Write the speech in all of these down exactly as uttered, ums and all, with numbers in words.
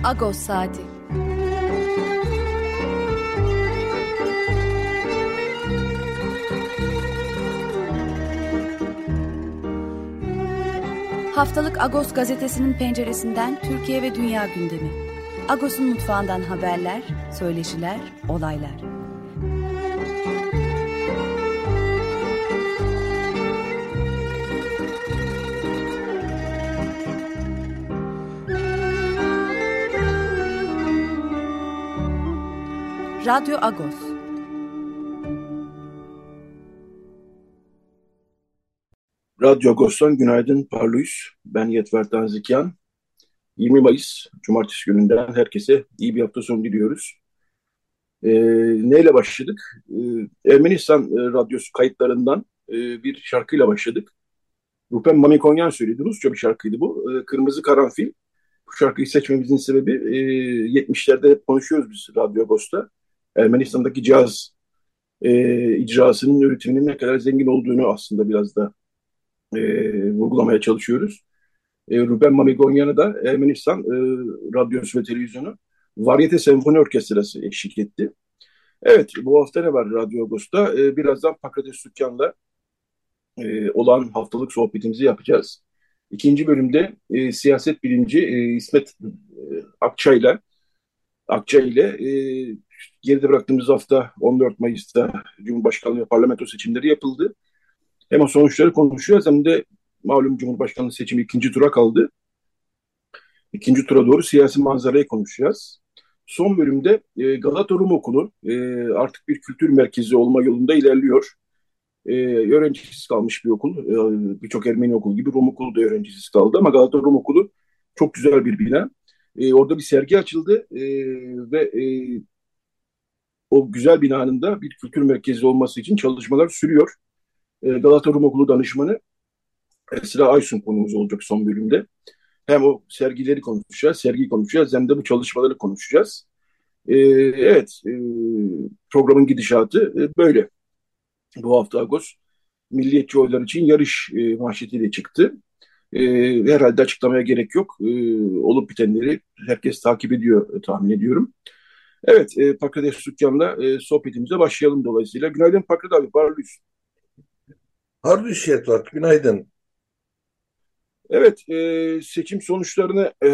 Agos Saati. Haftalık Agos gazetesinin penceresinden Türkiye ve dünya gündemi. Agos'un mutfağından haberler, söyleşiler, olaylar. Radyo Agos. Radyo Agos'tan günaydın Parlıyız. Ben Yetver Tanzikyan. yirmi Mayıs Cumartesi gününden herkese iyi bir hafta sonu diliyoruz. Ee, neyle başladık? Ee, Ermenistan e, radyosu kayıtlarından e, bir şarkıyla başladık. Rupen Mamikonyan söyledi. Rusça bir şarkıydı bu. Ee, Kırmızı Karanfil. Bu şarkıyı seçmemizin sebebi e, yetmişlerde hep konuşuyoruz biz Radyo Agos'ta. Ermenistan'daki caz e, icrasının, üretiminin ne kadar zengin olduğunu aslında biraz da e, vurgulamaya çalışıyoruz. E, Ruben Mamigonyan'ı da Ermenistan e, radyosu ve televizyonu Varyete Senfoni Orkestrası eşlik etti. Evet, bu hafta ne var Radyo Agos'ta? E, birazdan Pakrates Dükkan'la e, olan haftalık sohbetimizi yapacağız. İkinci bölümde e, siyaset bilimci e, İsmet e, Akçay'la Akçay ile e, geride bıraktığımız hafta on dört Mayıs'ta Cumhurbaşkanlığı ve parlamento seçimleri yapıldı. Hem o sonuçları konuşacağız hem de malum Cumhurbaşkanlığı seçimi ikinci tura kaldı. İkinci tura doğru siyasi manzarayı konuşacağız. Son bölümde e, Galata Rum Okulu e, artık bir kültür merkezi olma yolunda ilerliyor. E, öğrencisiz kalmış bir okul. E, birçok Ermeni okulu gibi Rum Okulu da öğrencisiz kaldı ama Galata Rum Okulu çok güzel bir bina. E, orada bir sergi açıldı e, ve e, o güzel binanın da bir kültür merkezi olması için çalışmalar sürüyor. E, Galata Rum Okulu danışmanı Esra Aysun konumuz olacak son bölümde. Hem o sergileri konuşacağız, sergiyi konuşacağız hem de bu çalışmaları konuşacağız. Ee, evet, e, programın gidişatı e, böyle. Bu hafta Agos milliyetçi oylar için yarış e, manşetiyle çıktı. E, herhalde açıklamaya gerek yok. E, olup bitenleri herkes takip ediyor e, tahmin ediyorum. Evet, e, Pakrates Dükkan'la e, sohbetimize başlayalım dolayısıyla. Günaydın Pakrates abi, parlıyız. Harbi Yetvar, günaydın. Evet, e, seçim sonuçlarını e,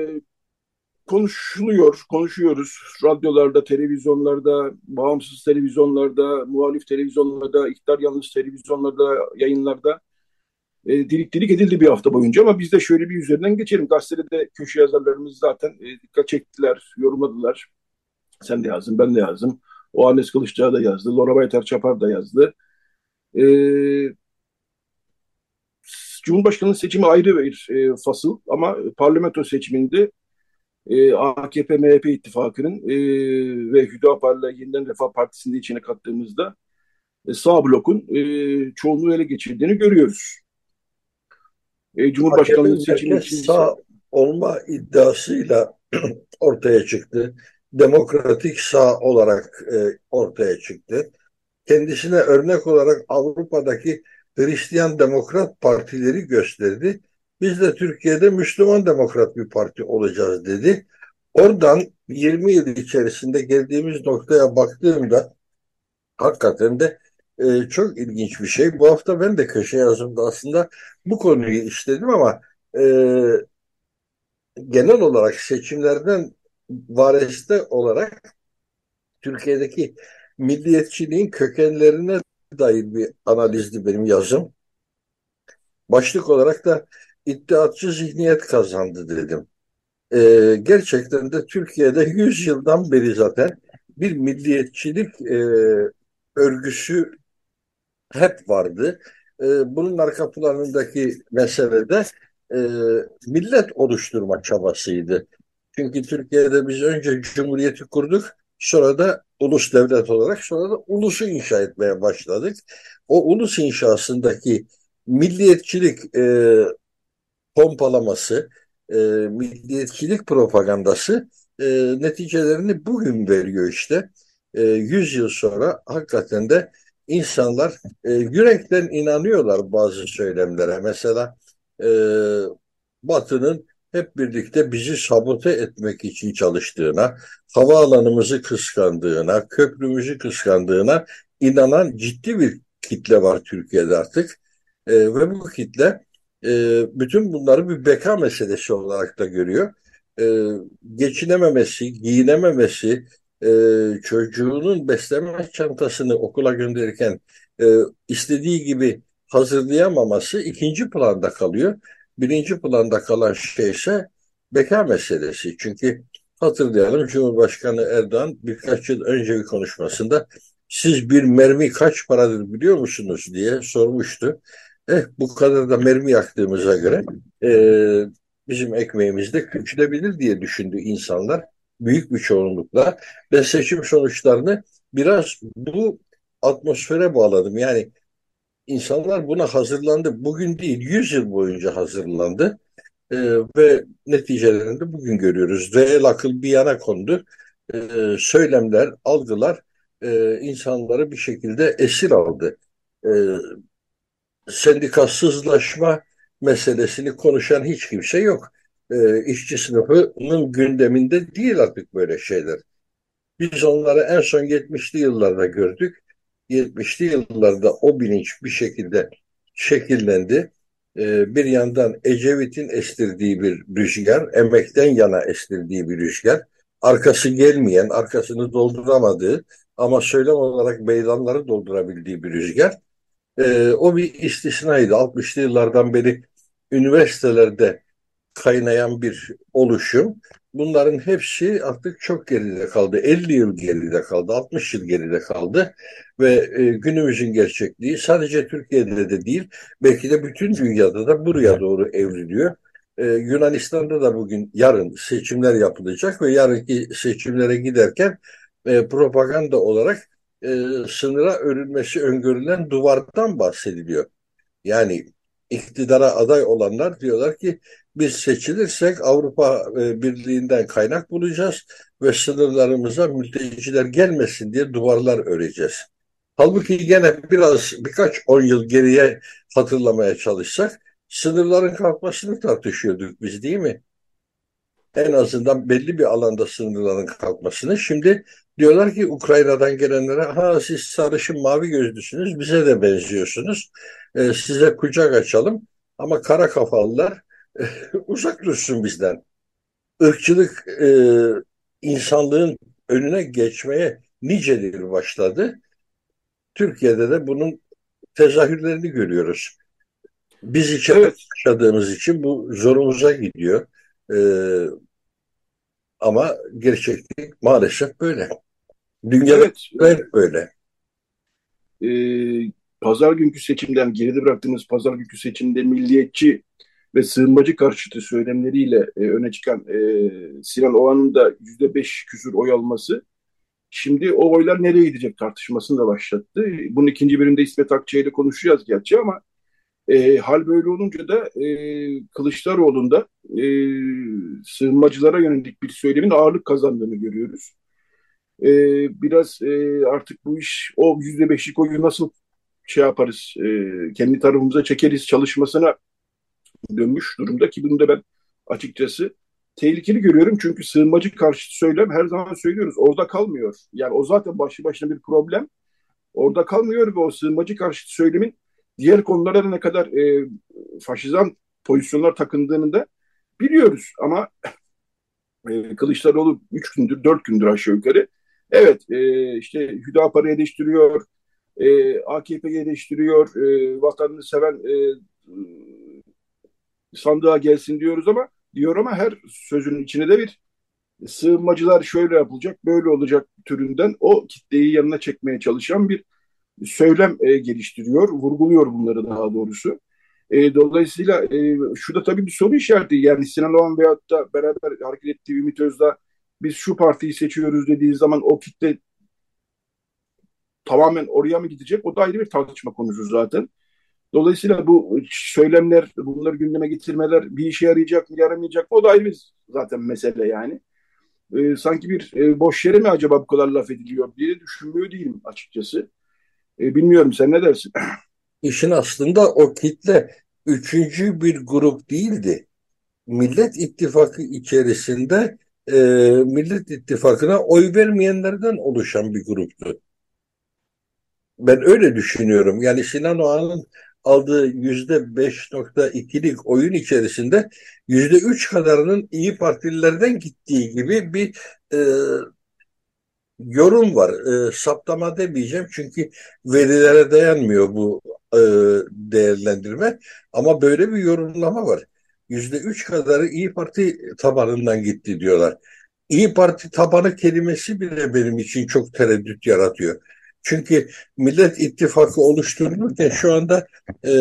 konuşuluyor, konuşuyoruz. Radyolarda, televizyonlarda, bağımsız televizyonlarda, muhalif televizyonlarda, iktidar yanlısı televizyonlarda, yayınlarda e, dilik dilik edildi bir hafta boyunca ama biz de şöyle bir üzerinden geçelim. Gazetede de köşe yazarlarımız zaten e, dikkat çektiler, yorumladılar. Sen de yazdın, ben de yazdım. O Anes Kılıçdağı da yazdı, Lora Baytar Çapar da yazdı. E, Cumhurbaşkanlığı seçimi ayrı bir e, fasıl ama parlamento seçiminde e, A K P M H P ittifakının e, ve Hüdapar'la Yeniden Refah Partisi'nin de içine kattığımızda e, sağ blokun e, çoğunluğu ele geçirdiğini görüyoruz. E, A K P Cumhurbaşkanlığı seçimi merkez için ise sağ olma iddiasıyla ortaya çıktı. Demokratik sağ olarak e, ortaya çıktı. Kendisine örnek olarak Avrupa'daki Hristiyan Demokrat partileri gösterdi. Biz de Türkiye'de Müslüman Demokrat bir parti olacağız dedi. Oradan yirmi yıl içerisinde geldiğimiz noktaya baktığımda hakikaten de e, çok ilginç bir şey. Bu hafta ben de köşe yazımda aslında bu konuyu işledim ama e, genel olarak seçimlerden vareste olarak Türkiye'deki milliyetçiliğin kökenlerine dair bir analizdi benim yazım. Başlık olarak da iddiatçı zihniyet kazandı dedim. E, gerçekten de Türkiye'de yüz yıldan beri zaten bir milliyetçilik e, örgüsü hep vardı. E, bunun arka planındaki mesele de e, millet oluşturma çabasıydı. Çünkü Türkiye'de biz önce cumhuriyeti kurduk, sonra da ulus devlet olarak, sonra da ulusu inşa etmeye başladık. O ulus inşasındaki milliyetçilik e, pompalaması, e, milliyetçilik propagandası e, neticelerini bugün veriyor işte. E, yüz yıl sonra hakikaten de insanlar e, yürekten inanıyorlar bazı söylemlere. Mesela e, Batı'nın hep birlikte bizi sabote etmek için çalıştığına, havaalanımızı kıskandığına, köprümüzü kıskandığına inanan ciddi bir kitle var Türkiye'de artık. E, ve bu kitle e, bütün bunları bir beka meselesi olarak da görüyor. E, geçinememesi, giyinememesi, e, çocuğunun beslenme çantasını okula gönderirken e, istediği gibi hazırlayamaması ikinci planda kalıyor. Birinci planda kalan şey ise beka meselesi. Çünkü hatırlayalım, Cumhurbaşkanı Erdoğan birkaç yıl önce bir konuşmasında siz bir mermi kaç paradır biliyor musunuz diye sormuştu. Eh, bu kadar da mermi yaktığımıza göre e, bizim ekmeğimiz de küçülebilir diye düşündü insanlar büyük bir çoğunlukla. Ben seçim sonuçlarını biraz bu atmosfere bağladım. Yani insanlar buna hazırlandı. Bugün değil, yüz yıl boyunca hazırlandı. Ee, ve neticelerini de bugün görüyoruz. Reel akıl bir yana kondu. Ee, söylemler, algılar e, insanları bir şekilde esir aldı. Ee, Sendikasızlaşma meselesini konuşan hiç kimse yok. Ee, işçi sınıfının gündeminde değil artık böyle şeyler. Biz onları en son yetmişli yıllarda gördük. yetmişli yıllarda o bilinç bir şekilde şekillendi. Ee, bir yandan Ecevit'in estirdiği bir rüzgar, emekten yana estirdiği bir rüzgar, arkası gelmeyen, arkasını dolduramadığı ama söylem olarak meydanları doldurabildiği bir rüzgar. Ee, o bir istisnaydı. altmışlı yıllardan beri üniversitelerde kaynayan bir oluşum. Bunların hepsi artık çok geride kaldı. elli yıl geride kaldı, altmış yıl geride kaldı ve e, günümüzün gerçekliği sadece Türkiye'de de değil, belki de bütün dünyada da buraya doğru evriliyor. E, Yunanistan'da da bugün, yarın seçimler yapılacak ve yarınki seçimlere giderken e, propaganda olarak e, sınıra örülmesi öngörülen duvardan bahsediliyor. Yani iktidara aday olanlar diyorlar ki biz seçilirsek Avrupa e, Birliği'nden kaynak bulacağız ve sınırlarımıza mülteciler gelmesin diye duvarlar öreceğiz. Halbuki gene biraz birkaç on yıl geriye hatırlamaya çalışsak sınırların kalkmasını tartışıyorduk biz, değil mi? En azından belli bir alanda sınırların kalkmasını. Şimdi diyorlar ki Ukrayna'dan gelenlere ha siz sarışın mavi gözlüsünüz bize de benziyorsunuz. Ee, size kucak açalım ama kara kafalılar uzak dursun bizden. Irkçılık e, insanlığın önüne geçmeye nicedir başladı. Türkiye'de de bunun tezahürlerini görüyoruz. Biz içeride Evet, yaşadığımız için bu zorumuza gidiyor. Ee, ama gerçeklik maalesef böyle. Dünyada evet. hep böyle. Ee, Pazar günkü seçimden geride bıraktığımız pazar günkü seçimde milliyetçi ve sığınmacı karşıtı söylemleriyle e, öne çıkan e, Sinan Oğan'ın da yüzde beş küsur oy alması şimdi o oylar nereye gidecek tartışmasını da başlattı. Bunun ikinci bölümde İsmet Akçay ile konuşacağız gerçi ama e, hal böyle olunca da e, Kılıçdaroğlu'nda e, sığınmacılara yönelik bir söylemin ağırlık kazandığını görüyoruz. E, Biraz e, artık bu iş o yüzde beşlik oyu nasıl şey yaparız, e, kendi tarafımıza çekeriz çalışmasına dönmüş durumda ki bunu da ben açıkçası tehlikeli görüyorum. Çünkü sığınmacı karşıtı söylem her zaman söylüyoruz orada kalmıyor. Yani o zaten başlı başına bir problem. Orada kalmıyor ve o sığınmacı karşıtı söylemin diğer konulara da ne kadar e, faşizan pozisyonlar takındığını da biliyoruz. Ama e, Kılıçdaroğlu üç gündür, dört gündür aşağı yukarı. Evet, e, işte Hüdapar'ı eleştiriyor, e, A K P'yi eleştiriyor, e, vatanını seven e, sandığa gelsin diyoruz ama diyor ama her sözünün içine de bir sığınmacılar şöyle yapılacak, böyle olacak türünden o kitleyi yanına çekmeye çalışan bir söylem e, geliştiriyor, vurguluyor bunları daha doğrusu. E, dolayısıyla e, şu da tabii bir soru işareti. Yani Sinan Oğan veyahut da beraber hareket ettiği Ümit Özdağ biz şu partiyi seçiyoruz dediği zaman o kitle tamamen oraya mı gidecek? O da ayrı bir tartışma konusu zaten. Dolayısıyla bu söylemler, bunları gündeme getirmeler bir işe yarayacak mı, yaramayacak mı? O da ayrı bir zaten mesele yani. E, sanki bir e, boş yere mi acaba bu kadar laf ediliyor diye düşünmüyor değilim açıkçası. E, bilmiyorum sen ne dersin? İşin aslında o kitle üçüncü bir grup değildi. Millet İttifakı içerisinde e, Millet İttifakı'na oy vermeyenlerden oluşan bir gruptu. Ben öyle düşünüyorum. Yani Sinan Oğan'ın aldığı yüzde beş nokta ikilik oyun içerisinde yüzde üç kadarının İyi Partililerden gittiği gibi bir e, yorum var. E, saptama demeyeceğim çünkü verilere dayanmıyor bu e, değerlendirme. Ama böyle bir yorumlama var. Yüzde üç kadarı İyi Parti tabanından gitti diyorlar. İyi Parti tabanı kelimesi bile benim için çok tereddüt yaratıyor. Çünkü Millet İttifakı oluşturulurken şu anda e,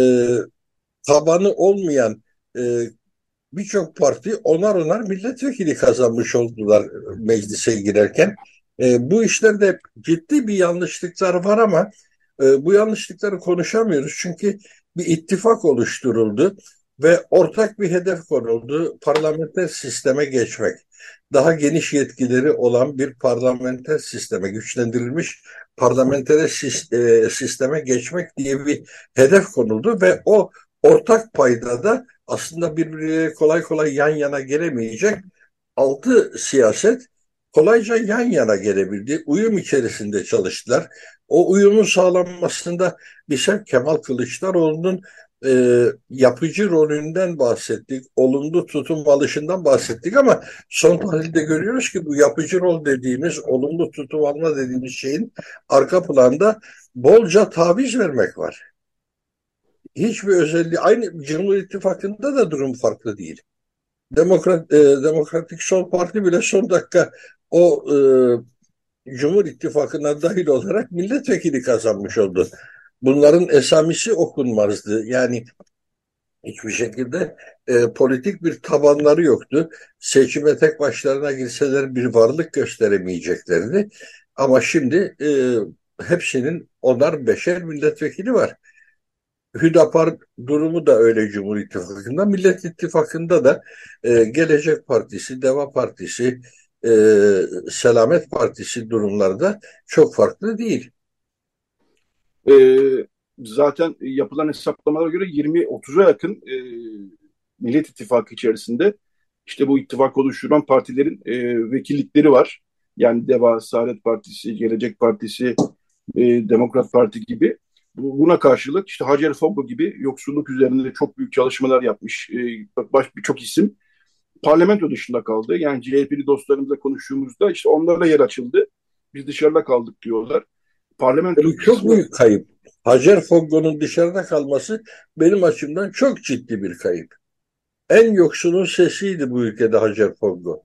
tabanı olmayan e, birçok parti onar onar milletvekili kazanmış oldular meclise girerken. E, bu işlerde ciddi bir yanlışlıklar var ama e, bu yanlışlıkları konuşamıyoruz. Çünkü bir ittifak oluşturuldu ve ortak bir hedef konuldu. Parlamenter sisteme geçmek. Daha geniş yetkileri olan bir parlamenter sisteme, güçlendirilmiş parlamenter sisteme geçmek diye bir hedef konuldu ve o ortak paydada aslında birbirleriyle kolay kolay yan yana gelemeyecek altı siyaset kolayca yan yana gelebildi. Uyum içerisinde çalıştılar. O uyumun sağlanmasında biz hep Kemal Kılıçdaroğlu'nun e, yapıcı rolünden bahsettik. Olumlu tutum alışından bahsettik ama son tahlilde görüyoruz ki bu yapıcı rol dediğimiz, olumlu tutum alma dediğimiz şeyin arka planda bolca taviz vermek var. Hiçbir özelliği, aynı Cumhur İttifakı'nda da durum farklı değil. Demokrat, e, Demokratik Sol Parti bile son dakika o e, Cumhur İttifakı'na dahil olarak milletvekili kazanmış oldu. Bunların esamisi okunmazdı. Yani hiçbir şekilde e, politik bir tabanları yoktu. Seçime tek başlarına girseler bir varlık gösteremeyeceklerdi. Ama şimdi e, hepsinin onar beşer milletvekili var. Hüdapar durumu da öyle Cumhur İttifakı'nda. Millet İttifakı'nda da e, Gelecek Partisi, Deva Partisi, e, Selamet Partisi durumlarda çok farklı değil. Ee, Zaten yapılan hesaplamalara göre yirmi otuza yakın e, Millet İttifakı içerisinde işte bu ittifak oluşturan partilerin e, vekillikleri var. Yani Deva, Saadet Partisi, Gelecek Partisi, e, Demokrat Parti gibi. Bu- Buna karşılık işte Hacer Foggo gibi yoksulluk üzerinde çok büyük çalışmalar yapmış e, baş birçok isim parlamento dışında kaldı. Yani C H P'li dostlarımızla konuştuğumuzda işte onlara yer açıldı. Biz dışarıda kaldık diyorlar. Parlamento Bu çok kısmı. büyük kayıp. Hacer Foggo'nun dışarıda kalması benim açımdan çok ciddi bir kayıp. En yoksulun sesiydi bu ülkede Hacer Foggo.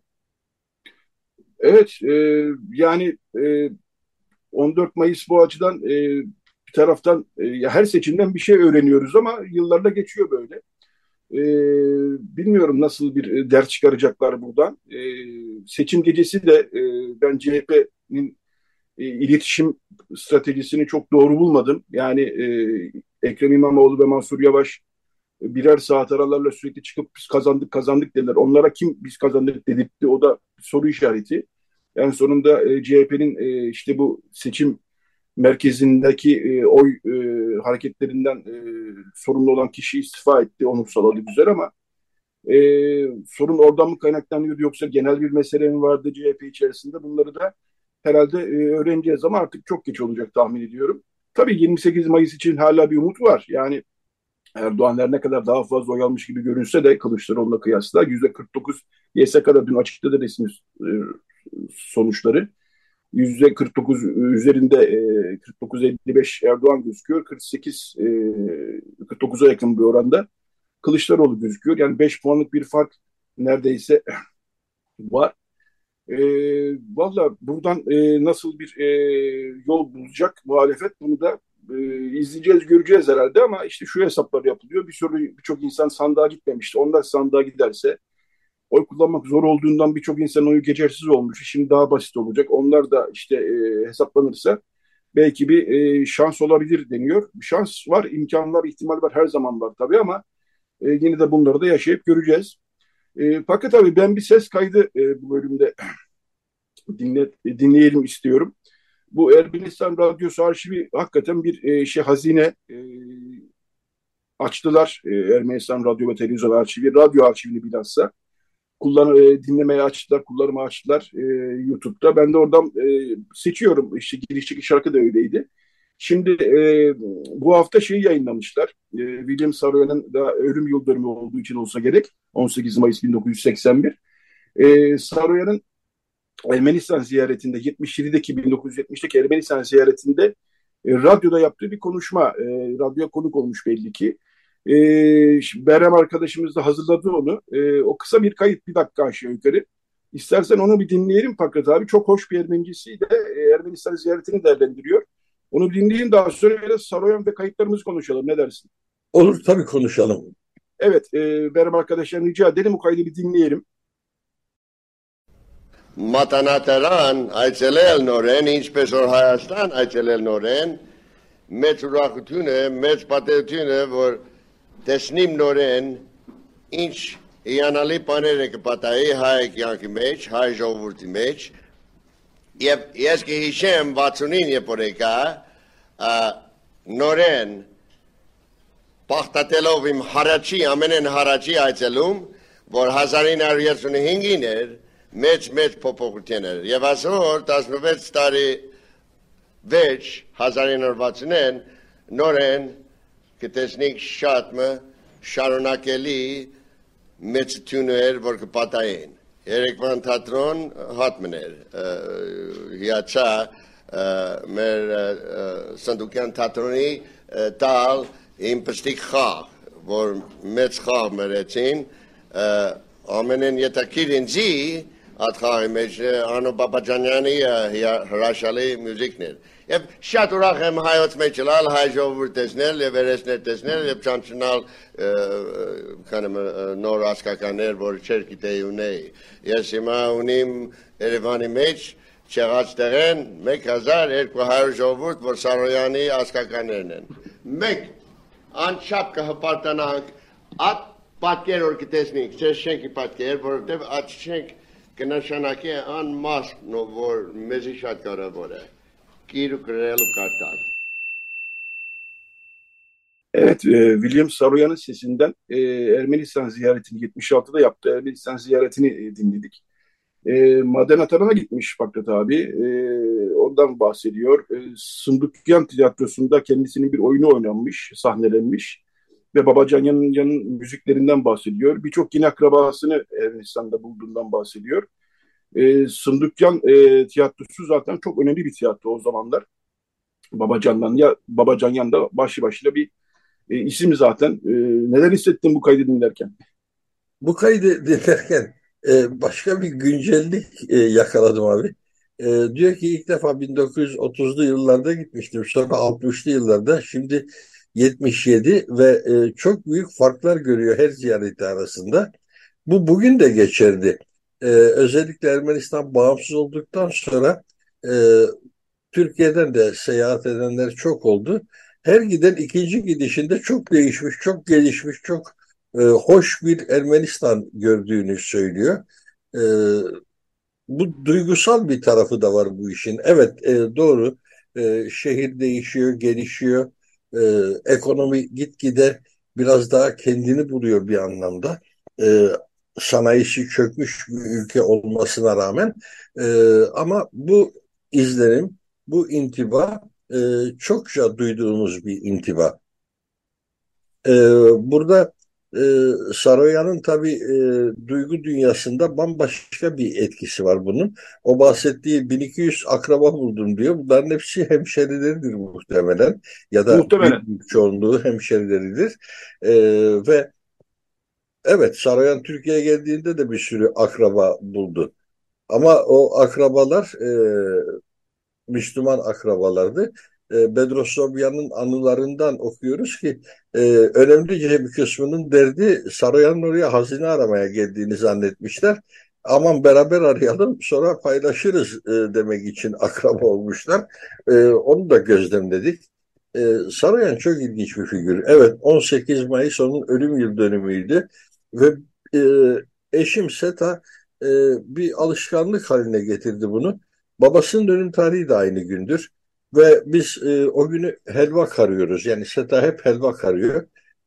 Evet, e, yani e, on dört Mayıs bu açıdan e, bir taraftan e, ya her seçimden bir şey öğreniyoruz ama yıllarda geçiyor böyle. E, Bilmiyorum nasıl bir e, ders çıkaracaklar buradan. E, seçim gecesi de e, ben C H P'nin e, iletişim stratejisini çok doğru bulmadım. Yani e, Ekrem İmamoğlu ve Mansur Yavaş birer saat aralarla sürekli çıkıp biz kazandık kazandık dediler. Onlara kim biz kazandık dedirtti. O da soru işareti. En sonunda e, C H P'nin e, işte bu seçim merkezindeki e, oy e, hareketlerinden e, sorumlu olan kişi istifa etti. Onu saladı güzel ama e, sorun oradan mı kaynaklanıyordu yoksa genel bir mesele mi vardı C H P içerisinde? Bunları da herhalde e, öğreneceğiz ama artık çok geç olacak tahmin ediyorum. Tabii yirmi sekiz Mayıs için hala bir umut var. Yani Erdoğan her ne kadar daha fazla oy almış gibi görünse de Kılıçdaroğlu'na kıyasla yüzde kırk dokuz Y S K'da dün açıkladı resmi e, sonuçları. Yüzde kırk dokuz üzerinde e, kırk dokuz elli beş Erdoğan gözüküyor. kırk sekiz e, kırk dokuza yakın bir oranda Kılıçdaroğlu gözüküyor. Yani beş puanlık bir fark neredeyse var. E, Valla buradan e, nasıl bir e, yol bulacak muhalefet bunu da e, izleyeceğiz, göreceğiz herhalde ama işte şu hesaplar yapılıyor. Bir sürü birçok insan sandığa gitmemişti. Onlar sandığa giderse oy kullanmak zor olduğundan birçok insan oyu geçersiz olmuş. Şimdi daha basit olacak. Onlar da işte e, hesaplanırsa belki bir e, şans olabilir deniyor. Şans var, imkan var, ihtimal var, her zaman var tabii ama e, yine de bunları da yaşayıp göreceğiz. E, fakat tabii ben bir ses kaydı e, bu bölümde dinle, dinleyelim istiyorum. Bu Ermenistan Radyosu arşivi hakikaten bir e, şey hazine. E, açtılar e, Ermenistan Radyo ve Televizyon Arşivi, radyo arşivini bilhassa kullan e, dinlemeye açtılar, kullanıma açtılar e, YouTube'da. Ben de oradan e, seçiyorum. İşte girişteki şarkı da öyleydi. Şimdi e, bu hafta şeyi yayınlamışlar. E, William Saroyan'ın da ölüm yıl dönümü olduğu için olsa gerek. on sekiz Mayıs bin dokuz yüz seksen bir. E, Saroyan'ın Ermenistan ziyaretinde yetmiş yedideki bin dokuz yüz yetmişteki Ermenistan ziyaretinde e, radyoda yaptığı bir konuşma. E, radyoya konuk olmuş belli ki. E, Berem arkadaşımız da hazırladı onu. E, o kısa bir kayıt, bir dakika aşağı yukarı. İstersen onu bir dinleyelim Fakret abi. Çok hoş bir Ermenicisiyle e, Ermenistan ziyaretini değerlendiriyor. Onu dinleyin, daha sonra biraz Saroyan ve kayıtlarımızı konuşalım. Ne dersin? Olur, tabii konuşalım. Evet, e, Berem arkadaşlar rica edelim, o kaydı bir dinleyelim. Մատանատարան այցելել նորեն, ինչպես որ Հայաստան այցելել նորեն, մեծ ուրախություն է, մեծ պատեհություն է, որ տեսնիմ նորեն ինչ հիանալի բաներ է կպատահի հայ կյանքի մեջ, հայ ժողովրդի մեջ, եւ ես կհիշեմ վաթսունին երբ որ եկա, նորեն բախտատելով իմ հարաճի, ամենեն հարաճի այցելում, որ հազար ինը հարյուր յոթսունհինգին էր, մեծ-մեծ փոփոխություն էր, եւ այսօր տասնվեց տարի վերջ հազար ինը հարյուր վաթսունին նորեն կտեսնենք շատ մը շարունակելի մեծություն էր, որ կպատահին։ Երեկվան թատրոն հատմն էր, հիացա մեր սնդուկյան թատրոնի տալ իմ պստիկ խաղ, որ մեծ խաղ մրեցին, ամենեն ետաքիր ինձի այդ խաղի մեջ Անո Բաբաջանյանի հրաշալի մյուզիկներ։ Եվ շատ ուրախ եմ հայոց մեջ ելալ, հայ ժողովուրդ տեսնել եւ վերեսներ տեսնել եւ ճանչնալ քանեմ նոր ասկականներ, որ չեր գիտեի ունեի։ Ես հիմա ունիմ Երևանի մեջ չեղած տեղեն մեկ հազար երկու հարյուր ժողովուրդ, որ Սարոյանի ասկականներն են։ Մենք անչափ կհպարտանանք այդ պատկեր որ կտեսնենք, չէ շենքի պատկեր, որովհետեւ այդ շենք կնշանակի անմասն, որ մեզի շատ կարևոր է։ Evet, e, William Saroyan'ın sesinden e, Ermenistan ziyaretini yetmiş altıda yaptı. Ermenistan ziyaretini e, dinledik. E, Maden Ataran'a gitmiş Fakret abi. E, ondan bahsediyor. E, Sındukyan Tiyatrosu'nda kendisinin bir oyunu oynanmış, sahnelenmiş ve Babacanyan'ın müziklerinden bahsediyor. Birçok yine akrabasını Ermenistan'da bulduğundan bahsediyor. E, Sındukyan e, tiyatrosu zaten çok önemli bir tiyatro o zamanlar. Babacan'dan ya Babacanyan da başlı başına bir e, isim zaten. E, neler hissettin bu kaydı dinlerken? Bu kaydı dinlerken e, başka bir güncellik e, yakaladım abi. E, diyor ki ilk defa bin dokuz yüz otuzlu yıllarda gitmiştim. Sonra altmışlı yıllarda. Şimdi yetmiş yedi ve e, çok büyük farklar görüyor her ziyareti arasında. Bu bugün de geçerli. Ee, özellikle Ermenistan bağımsız olduktan sonra e, Türkiye'den de seyahat edenler çok oldu. Her giden ikinci gidişinde çok değişmiş, çok gelişmiş, çok e, hoş bir Ermenistan gördüğünü söylüyor. E, bu duygusal bir tarafı da var bu işin. Evet, e, doğru. E, şehir değişiyor, gelişiyor. E, ekonomi gitgide biraz daha kendini buluyor bir anlamda. E, sanayisi çökmüş bir ülke olmasına rağmen e, ama bu izlenim, bu intiba e, çokça duyduğumuz bir intiba. E, burada e, Saroyan'ın tabii e, duygu dünyasında bambaşka bir etkisi var bunun. O bahsettiği bin iki yüz akraba buldum diyor. Bunların hepsi hemşerileridir muhtemelen ya da Muhtemelen. büyük çoğunluğu hemşerileridir. E, ve Evet, Saroyan Türkiye'ye geldiğinde de bir sürü akraba buldu. Ama o akrabalar e, Müslüman akrabalardı. E, Bedros Sobyan'ın anılarından okuyoruz ki e, önemli bir kısmının derdi Saroyan'ın oraya hazine aramaya geldiğini zannetmişler. Aman beraber arayalım sonra paylaşırız e, demek için akraba olmuşlar. E, onu da gözlemledik. E, Saroyan çok ilginç bir figür. Evet, on sekiz Mayıs onun ölüm yıl dönümüydü. Ve e, eşim Seta e, bir alışkanlık haline getirdi bunu. Babasının ölüm tarihi de aynı gündür. Ve biz e, o günü helva karıyoruz. Yani Seta hep helva karıyor.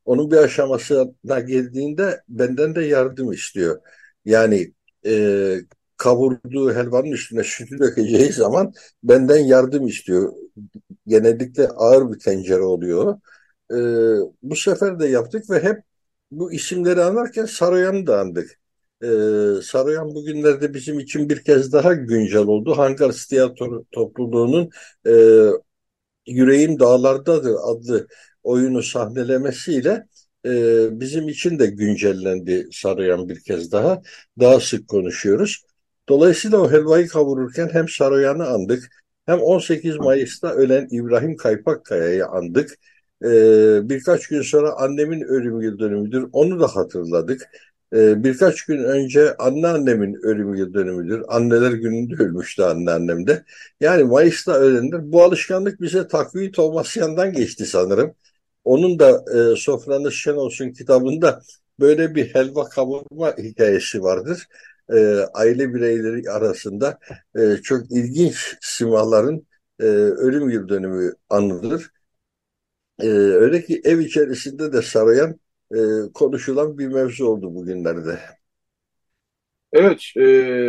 Onun bir aşamasına geldiğinde benden de yardım istiyor. Yani e, kavurduğu helvanın üstüne sütü dökeceği zaman benden yardım istiyor. Genellikle ağır bir tencere oluyor. E, Bu sefer de yaptık ve hep bu isimleri anarken Saroyan'ı da andık. E, Saroyan bugünlerde bizim için bir kez daha güncel oldu. Hangars Tiyatro Topluluğu'nun e, Yüreğim Dağlardadır adlı oyunu sahnelemesiyle e, bizim için de güncellendi Saroyan bir kez daha. Daha sık konuşuyoruz. Dolayısıyla o helvayı kavururken hem Saroyan'ı andık, hem on sekiz Mayıs'ta ölen İbrahim Kaypakkaya'yı andık. E, birkaç gün sonra annemin ölüm yıl dönümüdür, onu da hatırladık. E, birkaç gün önce anneannemin ölüm yıl dönümüdür. Anneler gününde ölmüştü anneannem de. Yani Mayıs'ta öğrenilir. Bu alışkanlık bize Takvi Tovmasyan'dan geçti sanırım. Onun da e, Sofranız Şen Olsun kitabında böyle bir helva kavurma hikayesi vardır. E, aile bireyleri arasında e, çok ilginç simvaların e, ölüm yıl dönümü anılır. E, öyle ki ev içerisinde de Saroyan e, konuşulan bir mevzu oldu bugünlerde. Evet, e,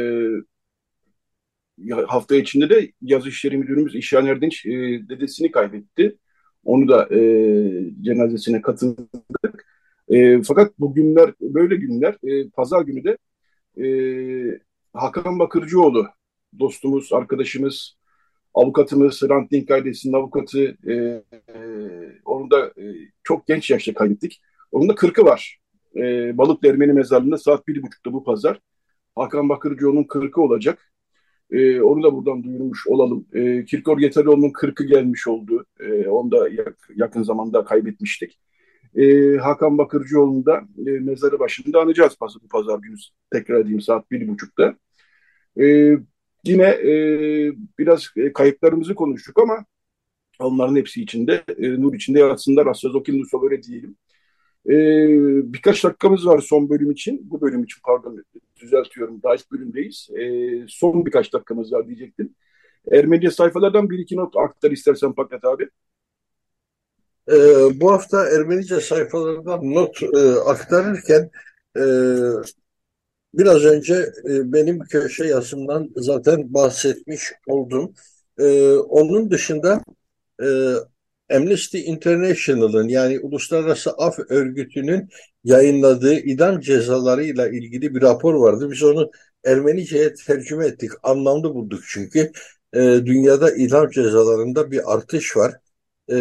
ya- hafta içinde de Yaz İşleri Müdürümüz İşhan Erdinç e, dedesini kaybetti. Onu da e, cenazesine katıldı. E, fakat bu günler böyle günler. E, Pazar günü de e, Hakan Bakırcıoğlu dostumuz, arkadaşımız, avukatımız, Hrant Dink ailesinin avukatı. E, e, onu da e, çok genç yaşta kaybettik. Onun da kırkı var. E, Balıklı Ermeni Mezarlığı'nda saat bir buçukta bu pazar. Hakan Bakırcıoğlu'nun kırkı olacak. E, onu da buradan duyurmuş olalım. E, Kirkor Yeterlioğlu'nun kırkı gelmiş oldu. E, onu da yak- yakın zamanda kaybetmiştik. E, Hakan Bakırcıoğlu'nu da e, mezarı başında anacağız pazar, bu pazar günü. Tekrar edeyim saat bir buçukta. E, Yine e, biraz e, kayıplarımızı konuştuk ama onların hepsi içinde e, nur içinde yatsınlar. Rasyazokin Nusov öyle diyelim. E, Birkaç dakikamız var son bölüm için. Bu bölüm için pardon düzeltiyorum. Daha ilk bölümdeyiz. E, son birkaç dakikamız var diyecektim. Ermenice sayfalardan bir iki not aktar istersen Pakrat abi. E, Bu hafta Ermenice sayfalardan not e, aktarırken e, biraz önce e, benim köşe yazımdan zaten bahsetmiş oldum. E, onun dışında e, Amnesty International'ın, yani Uluslararası Af Örgütü'nün yayınladığı idam cezalarıyla ilgili bir rapor vardı. Biz onu Ermenice'ye tercüme ettik. Anlamlı bulduk çünkü e, dünyada idam cezalarında bir artış var. E,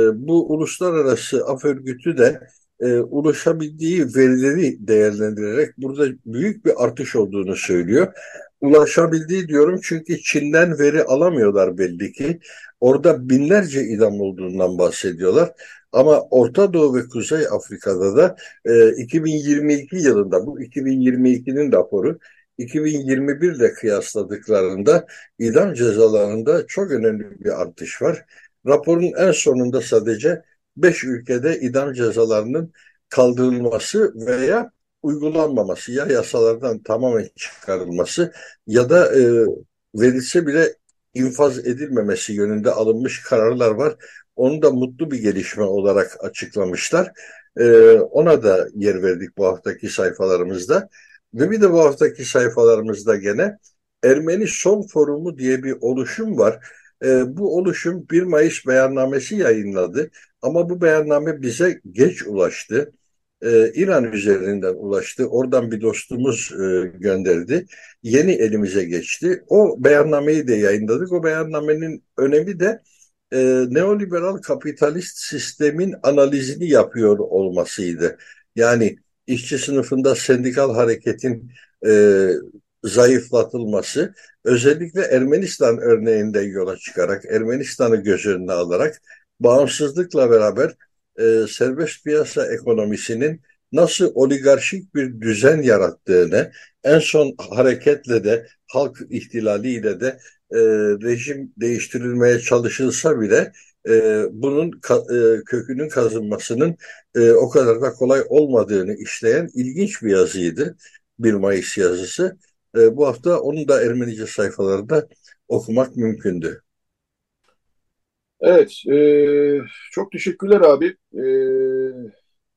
Bu Uluslararası Af Örgütü de e, ulaşabildiği verileri değerlendirerek burada büyük bir artış olduğunu söylüyor. Ulaşabildiği diyorum çünkü Çin'den veri alamıyorlar belli ki. Orada binlerce idam olduğundan bahsediyorlar. Ama Orta Doğu ve Kuzey Afrika'da da e, iki bin yirmi iki yılında, bu iki bin yirmi ikinin raporu, iki bin yirmi bir ile kıyasladıklarında idam cezalarında çok önemli bir artış var. Raporun en sonunda sadece beş ülkede idam cezalarının kaldırılması veya uygulanmaması, ya yasalardan tamamen çıkarılması ya da e, verilse bile infaz edilmemesi yönünde alınmış kararlar var. Onu da mutlu bir gelişme olarak açıklamışlar. Ee, ona da yer verdik bu haftaki sayfalarımızda. Ve bir de bu haftaki sayfalarımızda gene Ermeni Sol Forumu diye bir oluşum var. Ee, bu oluşum bir Mayıs beyannamesi yayınladı. Ama bu beyanname bize geç ulaştı. Ee, İran üzerinden ulaştı. Oradan bir dostumuz e, gönderdi. Yeni elimize geçti. O beyannameyi de yayınladık. O beyannamenin önemi de e, neoliberal kapitalist sistemin analizini yapıyor olmasıydı. Yani işçi sınıfında sendikal hareketin e, zayıflatılması, özellikle Ermenistan örneğinden yola çıkarak, Ermenistan'ı göz önüne alarak bağımsızlıkla beraber e, serbest piyasa ekonomisinin nasıl oligarşik bir düzen yarattığını, en son hareketle de halk ihtilaliyle de e, rejim değiştirilmeye çalışılsa bile e, bunun ka- e, kökünün kazınmasının e, o kadar da kolay olmadığını işleyen ilginç bir yazıydı. bir Mayıs yazısı. E, bu hafta onu da Ermenice sayfalarında okumak mümkündü. Evet, e, çok teşekkürler abi. E,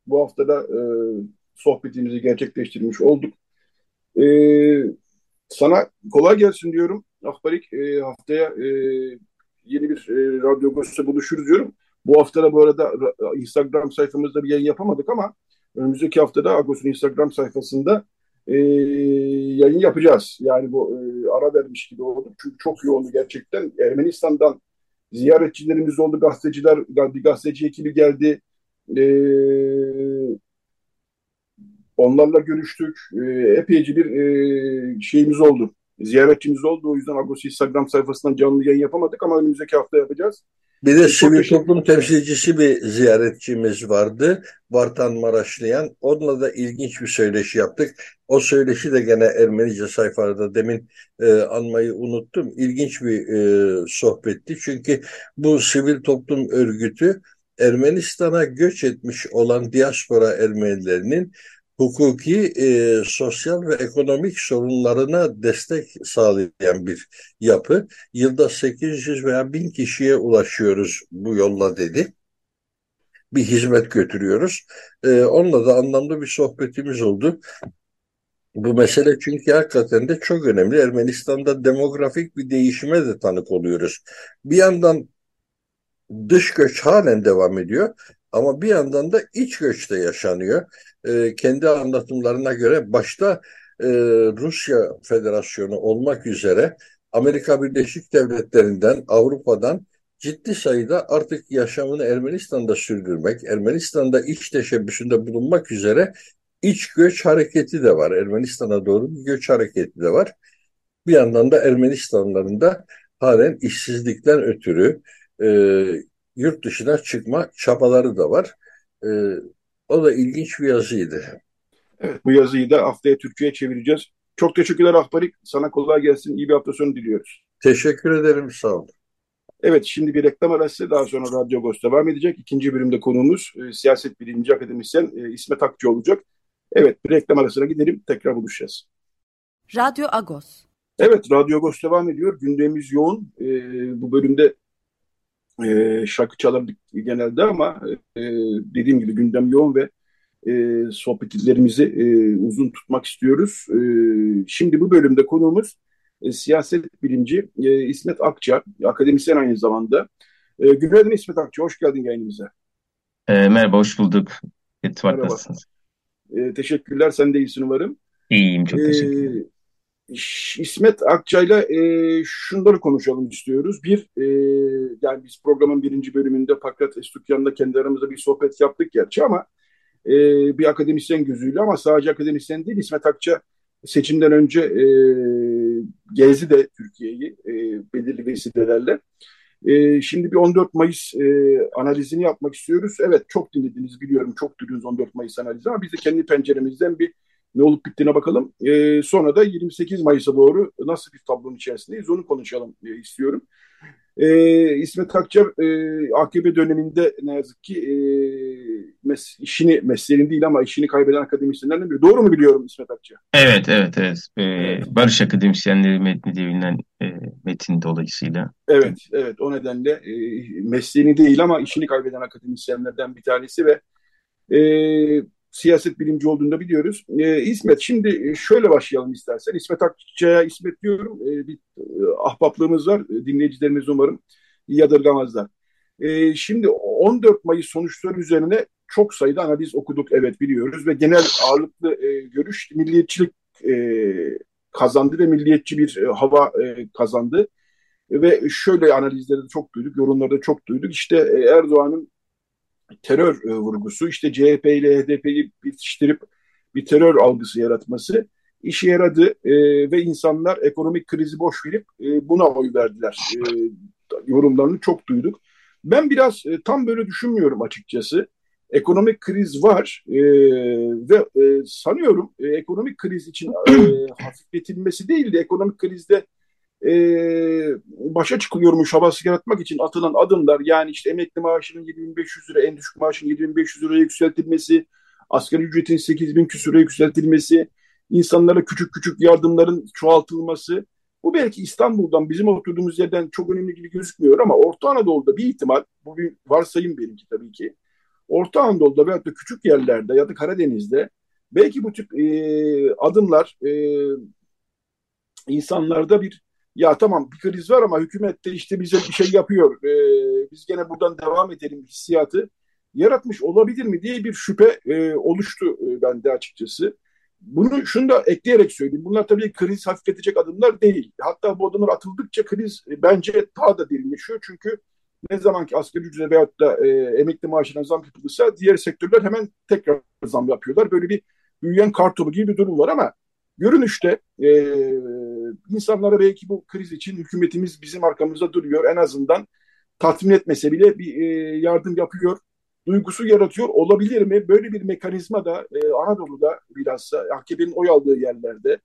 Bu hafta da e, sohbetimizi gerçekleştirmiş olduk. E, Sana kolay gelsin diyorum. Akbarik, e, haftaya e, yeni bir e, Radyo Agos'ta buluşuruz diyorum. Bu hafta da bu arada ra- Instagram sayfamızda bir yayın yapamadık ama önümüzdeki haftada Agos'un Instagram sayfasında e, yayın yapacağız. Yani bu e, ara vermiş gibi oldu. Çünkü çok yoğundu gerçekten. Ermenistan'dan ziyaretçilerimiz oldu, gazeteciler, bir gazeteci ekibi geldi. E, Onlarla görüştük. E, epeyce bir e, şeyimiz oldu. Ziyaretçimiz oldu. O yüzden Agos Instagram sayfasından canlı yayın yapamadık ama önümüzdeki hafta yapacağız. Bir de E, çok sivil teşekkür toplum temsilcisi bir ziyaretçimiz vardı. Vartan Maraşlıyan. Onunla da ilginç bir söyleşi yaptık. O söyleşi de gene Ermenice sayfalarda demin e, anmayı unuttum. İlginç bir e, sohbetti. Çünkü bu sivil toplum örgütü Ermenistan'a göç etmiş olan diaspora Ermenilerinin hukuki, e, sosyal ve ekonomik sorunlarına destek sağlayan bir yapı. Yılda sekiz yüz veya bin kişiye ulaşıyoruz bu yolla dedi. Bir hizmet götürüyoruz. Ee, onunla da anlamlı bir sohbetimiz oldu. Bu mesele çünkü hakikaten de çok önemli. Ermenistan'da demografik bir değişime de tanık oluyoruz. Bir yandan dış göç halen devam ediyor ama bir yandan da iç göç de yaşanıyor. Ee, kendi anlatımlarına göre başta e, Rusya Federasyonu olmak üzere Amerika Birleşik Devletleri'nden, Avrupa'dan ciddi sayıda artık yaşamını Ermenistan'da sürdürmek, Ermenistan'da iç teşebbüsünde bulunmak üzere iç göç hareketi de var. Ermenistan'a doğru bir göç hareketi de var. Bir yandan da Ermenistanlıların da halen işsizlikten ötürü e, yurt dışına çıkma çabaları da var. E, O da ilginç bir yazıydı. Evet, bu yazıyı da haftaya Türkçe'ye çevireceğiz. Çok teşekkürler Akbarik. Sana kolay gelsin. İyi bir hafta sonu diliyoruz. Teşekkür ederim, sağ olun. Evet, şimdi bir reklam arası, daha sonra Radyo Agos devam edecek. İkinci bölümde konuğumuz e, siyaset bilimci akademisyen e, İsmet Akçı olacak. Evet, bir reklam arasına gidelim. Tekrar buluşacağız. Radyo Agos. Evet, Radyo Agos devam ediyor. Gündemimiz yoğun. E, bu bölümde e, şarkı çalardık genelde ama e, dediğim gibi gündem yoğun ve e, sohbetlerimizi e, uzun tutmak istiyoruz. E, şimdi bu bölümde konuğumuz e, siyaset bilimci e, İsmet Akça, akademisyen aynı zamanda. E, günaydın İsmet Akça, hoş geldin yayınımıza. E, merhaba, hoş bulduk. Etibart Merhaba. nasılsınız? E, teşekkürler, sen de iyisin umarım. İyiyim, E, çok teşekkür ederim. İsmet Akçay'la e, şunları konuşalım istiyoruz. Bir, e, yani biz programın birinci bölümünde Pakrat Estukyan'la kendi aramızda bir sohbet yaptık gerçi ama e, bir akademisyen gözüyle, ama sadece akademisyen değil, İsmet Akça seçimden önce e, gezdi de Türkiye'yi e, belirli vesilelerle. E, şimdi bir on dört Mayıs e, analizini yapmak istiyoruz. Evet, çok dinlediniz biliyorum, çok duydunuz on dört Mayıs analizi ama biz de kendi penceremizden bir ne olup bittiğine bakalım. E, sonra da yirmi sekiz Mayıs'a doğru nasıl bir tablonun içerisindeyiz onu konuşalım e, istiyorum. E, İsmet Akça e, A K P döneminde ne yazık ki e, mes işini, mesleğini değil ama işini kaybeden akademisyenlerden biri. Doğru mu biliyorum İsmet Akça? Evet, evet, evet. E, Evet. Barış Akademisyenleri metni diye bilinen e, metin dolayısıyla. Evet, evet. O nedenle e, mesleğini değil ama işini kaybeden akademisyenlerden bir tanesi ve e, siyaset bilimci olduğunu da biliyoruz. E, İsmet, şimdi şöyle başlayalım istersen. İsmet Akça'ya İsmet diyorum. E, bir e, ahbaplığımız var. Dinleyicilerimiz umarım yadırgamazlar. E, şimdi on dört Mayıs sonuçları üzerine çok sayıda analiz okuduk. Evet, biliyoruz ve genel ağırlıklı e, görüş milliyetçilik e, kazandı ve milliyetçi bir e, hava e, kazandı. Ve şöyle analizleri de çok duyduk, yorumları da çok duyduk. İşte Erdoğan'ın terör e, vurgusu, işte C H P ile H D P'yi bitiştirip bir terör algısı yaratması işe yaradı e, ve insanlar ekonomik krizi boş verip e, buna oy verdiler. E, yorumlarını çok duyduk. Ben biraz e, tam böyle düşünmüyorum açıkçası. Ekonomik kriz var e, ve e, sanıyorum e, ekonomik kriz için e, hafifletilmesi değil de ekonomik krizde e, başa çıkılıyormuş havası yaratmak için atılan adımlar, yani işte emekli maaşının yedi bin beş yüz lira, en düşük maaşın yedi bin beş yüz liraya yükseltilmesi, asgari ücretin sekiz bin küsüre yükseltilmesi, insanlara küçük küçük yardımların çoğaltılması, bu belki İstanbul'dan, bizim oturduğumuz yerden çok önemli gibi gözükmüyor ama Orta Anadolu'da bir ihtimal, bu bir varsayım benimki tabii ki, Orta Anadolu'da veyahut da küçük yerlerde ya da Karadeniz'de belki bu tip e, adımlar e, insanlarda bir ya tamam bir kriz var ama hükümet de işte bize bir şey yapıyor. E, biz gene buradan devam edelim hissiyatı yaratmış olabilir mi diye bir şüphe e, oluştu e, bende açıkçası. Bunu şunu da ekleyerek söyleyeyim. Bunlar tabii kriz hafifletecek adımlar değil. Hatta bu adımlar atıldıkça kriz e, bence daha da derinleşiyor. Çünkü ne zaman ki asgari ücrete veyahut da e, emekli maaşına zam yapılırsa diğer sektörler hemen tekrar zam yapıyorlar. Böyle bir büyüyen kartopu gibi bir durum var ama görünüşte e, insanlara belki bu kriz için hükümetimiz bizim arkamızda duruyor. En azından tatmin etmese bile bir e, yardım yapıyor duygusu yaratıyor olabilir mi? Böyle bir mekanizma da e, Anadolu'da bilhassa A K P'nin oy aldığı yerlerde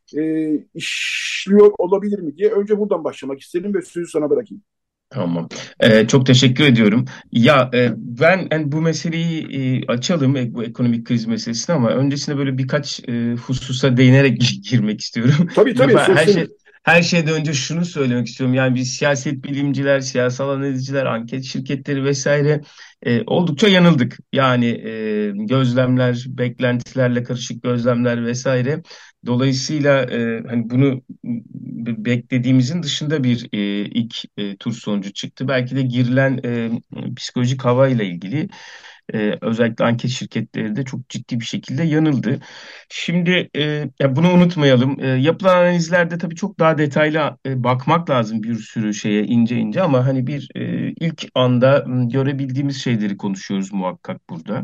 e, işliyor olabilir mi diye önce buradan başlamak istedim ve sözü sana bırakayım. Tamam. Ee, çok teşekkür ediyorum. Ya e, ben yani bu meseleyi e, açalım, e, bu ekonomik kriz meselesini ama öncesinde böyle birkaç e, hususa değinerek girmek istiyorum. Tabii Bir tabii defa söz her senin. şey her şeyden önce şunu söylemek istiyorum. Yani biz siyaset bilimciler, siyasal analizciler, anket şirketleri vesaire e, oldukça yanıldık. Yani e, gözlemler, beklentilerle karışık gözlemler vesaire. Dolayısıyla e, hani bunu beklediğimizin dışında bir e, ilk e, tur sonucu çıktı. Belki de girilen e, psikolojik havayla ilgili e, özellikle anket şirketleri de çok ciddi bir şekilde yanıldı. Şimdi e, ya bunu unutmayalım. E, yapılan analizlerde tabii çok daha detaylı e, bakmak lazım bir sürü şeye ince ince ama hani bir e, ilk anda m, görebildiğimiz şeyleri konuşuyoruz muhakkak burada.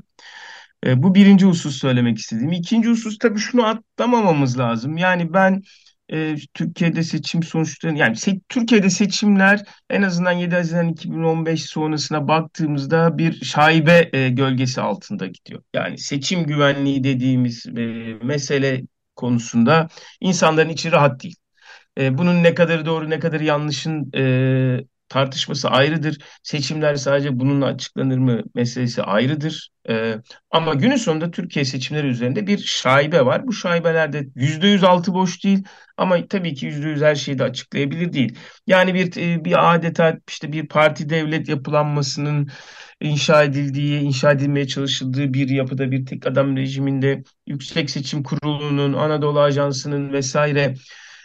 E, bu birinci husus söylemek istediğim. İkinci husus tabii şunu atlamamamız lazım. Yani ben e, Türkiye'de seçim sonuçlarını yani se- Türkiye'de seçimler en azından yedi Haziran iki bin on beş sonrasına baktığımızda bir şaibe e, gölgesi altında gidiyor. Yani seçim güvenliği dediğimiz e, mesele konusunda insanların içi rahat değil. E, bunun ne kadarı doğru ne kadarı yanlışın e, tartışması ayrıdır. Seçimler sadece bununla açıklanır mı meselesi ayrıdır. E, ama günün sonunda Türkiye seçimleri üzerinde bir şaibe var. Bu şaibelerde yüzde yüz altı boş değil ama tabii ki yüzde yüz her şeyi de açıklayabilir değil. Yani bir e, bir adeta işte bir parti devlet yapılanmasının inşa edildiği, inşa edilmeye çalışıldığı bir yapıda bir tek adam rejiminde Yüksek Seçim Kurulu'nun, Anadolu Ajansı'nın vesaire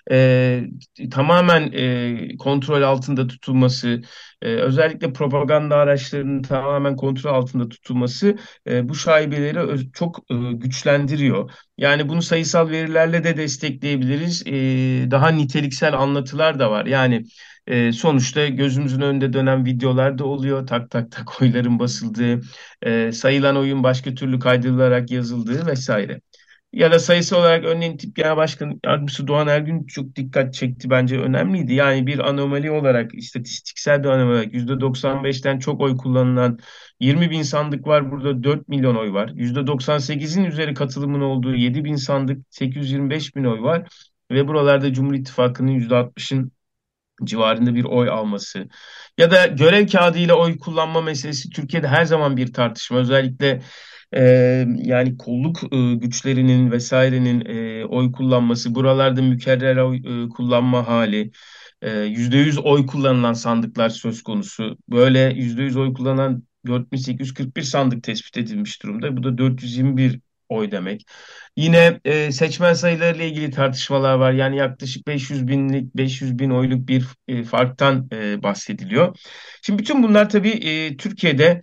e, tamamen e, kontrol altında tutulması, e, özellikle propaganda araçlarının tamamen kontrol altında tutulması e, bu şaibeleri öz- çok e, güçlendiriyor. Yani bunu sayısal verilerle de destekleyebiliriz. E, daha niteliksel anlatılar da var. Yani e, sonuçta gözümüzün önünde dönen videolar da oluyor. Tak tak tak oyların basıldığı, e, sayılan oyun başka türlü kaydırılarak yazıldığı vesaire. Ya da sayısı olarak örneğin Tip Genel Başkan Yardımcısı Doğan Ergün çok dikkat çekti, bence önemliydi. Yani bir anomali olarak, istatistiksel bir anomali olarak yüzde doksan beşten çok oy kullanılan yirmi bin sandık var. Burada dört milyon oy var. yüzde doksan sekizin üzeri katılımın olduğu yedi bin sandık, sekiz yüz yirmi beş bin oy var. Ve buralarda Cumhur İttifakı'nın yüzde altmışın civarında bir oy alması ya da görev kağıdıyla oy kullanma meselesi Türkiye'de her zaman bir tartışma. Özellikle e, yani kolluk e, güçlerinin vesairenin e, oy kullanması, buralarda mükerrer oy e, kullanma hali, e, yüzde yüz oy kullanılan sandıklar söz konusu. Böyle yüzde yüz oy kullanan dört bin sekiz yüz kırk bir sandık tespit edilmiş durumda. Bu da dört yüz yirmi bir oy demek. Yine e, seçmen sayılarıyla ilgili tartışmalar var. Yani yaklaşık beş yüz binlik, beş yüz bin oyluk bir e, farktan e, bahsediliyor. Şimdi bütün bunlar tabii e, Türkiye'de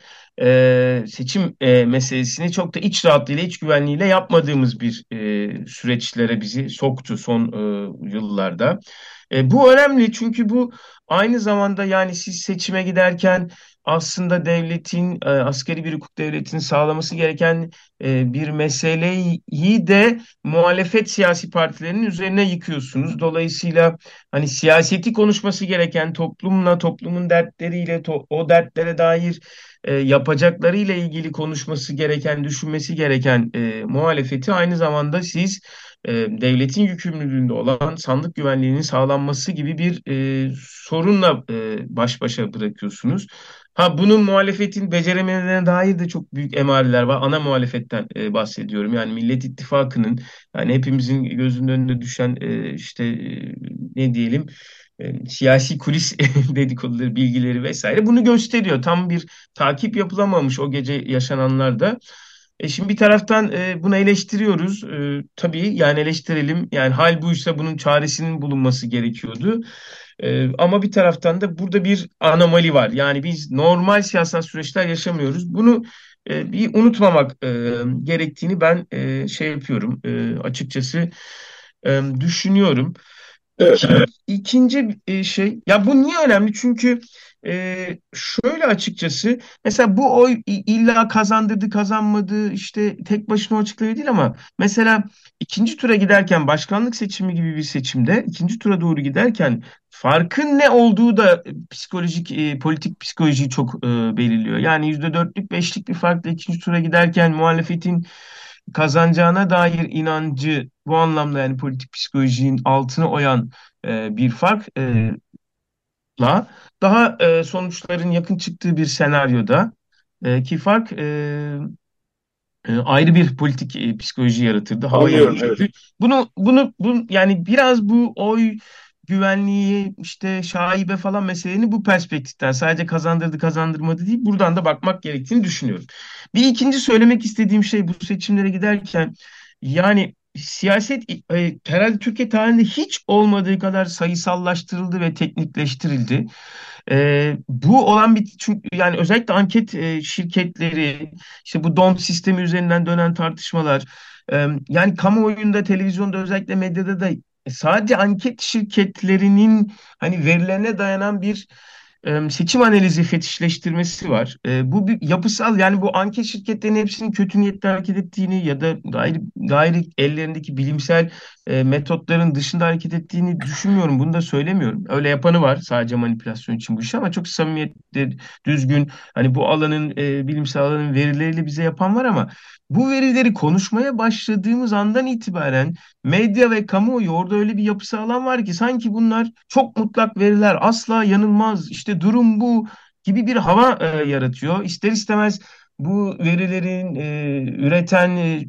e, seçim e, meselesini çok da iç rahatlığıyla, iç güvenliğiyle yapmadığımız bir e, süreçlere bizi soktu son e, yıllarda. E, bu önemli çünkü bu aynı zamanda yani siz seçime giderken aslında devletin, e, askeri bir hukuk devletinin sağlaması gereken e, bir meseleyi de muhalefet siyasi partilerinin üzerine yıkıyorsunuz. Dolayısıyla hani siyaseti konuşması gereken toplumla, toplumun dertleriyle, to- o dertlere dair e, yapacaklarıyla ilgili konuşması gereken, düşünmesi gereken e, muhalefeti aynı zamanda siz e, devletin yükümlülüğünde olan sandık güvenliğinin sağlanması gibi bir e, sorunla e, baş başa bırakıyorsunuz. Ha, bunun muhalefetin beceremediğine dair de çok büyük emareler var. Ana muhalefetten e, bahsediyorum. Yani Millet İttifakı'nın, yani hepimizin gözünün önüne düşen e, işte e, ne diyelim, e, siyasi kulis dedikoduları, bilgileri vesaire bunu gösteriyor. Tam bir takip yapılamamış o gece yaşananlarda. E şimdi bir taraftan e, bunu eleştiriyoruz. E, tabii yani eleştirelim. Yani hal buysa bunun çaresinin bulunması gerekiyordu. E, ama bir taraftan da burada bir anomali var. Yani biz normal siyasal süreçler yaşamıyoruz. Bunu e, bir unutmamak e, gerektiğini ben e, şey yapıyorum. E, açıkçası e, düşünüyorum. İki, ikinci e, şey, ya bu niye önemli? Çünkü e, şöyle açıkçası, mesela bu oy i- illa kazandırdı kazanmadı işte tek başına o açıklıyor değil, ama mesela ikinci tura giderken, başkanlık seçimi gibi bir seçimde ikinci tura doğru giderken farkın ne olduğu da e, psikolojik e, politik psikolojiyi çok e, belirliyor. Yani yüzde dörtlük beşlik bir farkla ikinci tura giderken muhalefetin kazanacağına dair inancı, bu anlamda yani politik psikolojinin altını oyan e, bir farkla daha e, sonuçların yakın çıktığı bir senaryoda e, ki fark e, e, ayrı bir politik e, psikoloji yaratırdı, hava Anlıyorum, evet. yaratırdı. Bunu bunu bu yani biraz bu oy güvenliği, işte şaibe falan meseleni bu perspektiften, sadece kazandırdı kazandırmadı değil, buradan da bakmak gerektiğini düşünüyorum. Bir ikinci söylemek istediğim şey, bu seçimlere giderken yani siyaset e, herhalde Türkiye tarihinde hiç olmadığı kadar sayısallaştırıldı ve teknikleştirildi. E, bu olan bir, çünkü yani özellikle anket e, şirketleri, işte bu D O M sistemi üzerinden dönen tartışmalar, e, yani kamuoyunda, televizyonda, özellikle medyada da sadece anket şirketlerinin hani verilerine dayanan bir e, seçim analizi fetişleştirmesi var. E, bu bir yapısal, yani bu anket şirketlerinin hepsinin kötü niyetle hareket ettiğini ya da gayri, gayri ellerindeki bilimsel e, metotların dışında hareket ettiğini düşünmüyorum. Bunu da söylemiyorum. Öyle yapanı var sadece manipülasyon için bu işi, ama çok samimiyetli, düzgün, hani bu alanın e, bilimsel alanın verileriyle bize yapan var, ama bu verileri konuşmaya başladığımız andan itibaren medya ve kamuoyu, orada öyle bir yapısal alan var ki sanki bunlar çok mutlak veriler, asla yanılmaz, işte durum bu gibi bir hava e, yaratıyor. İster istemez bu verilerin e, üreten e,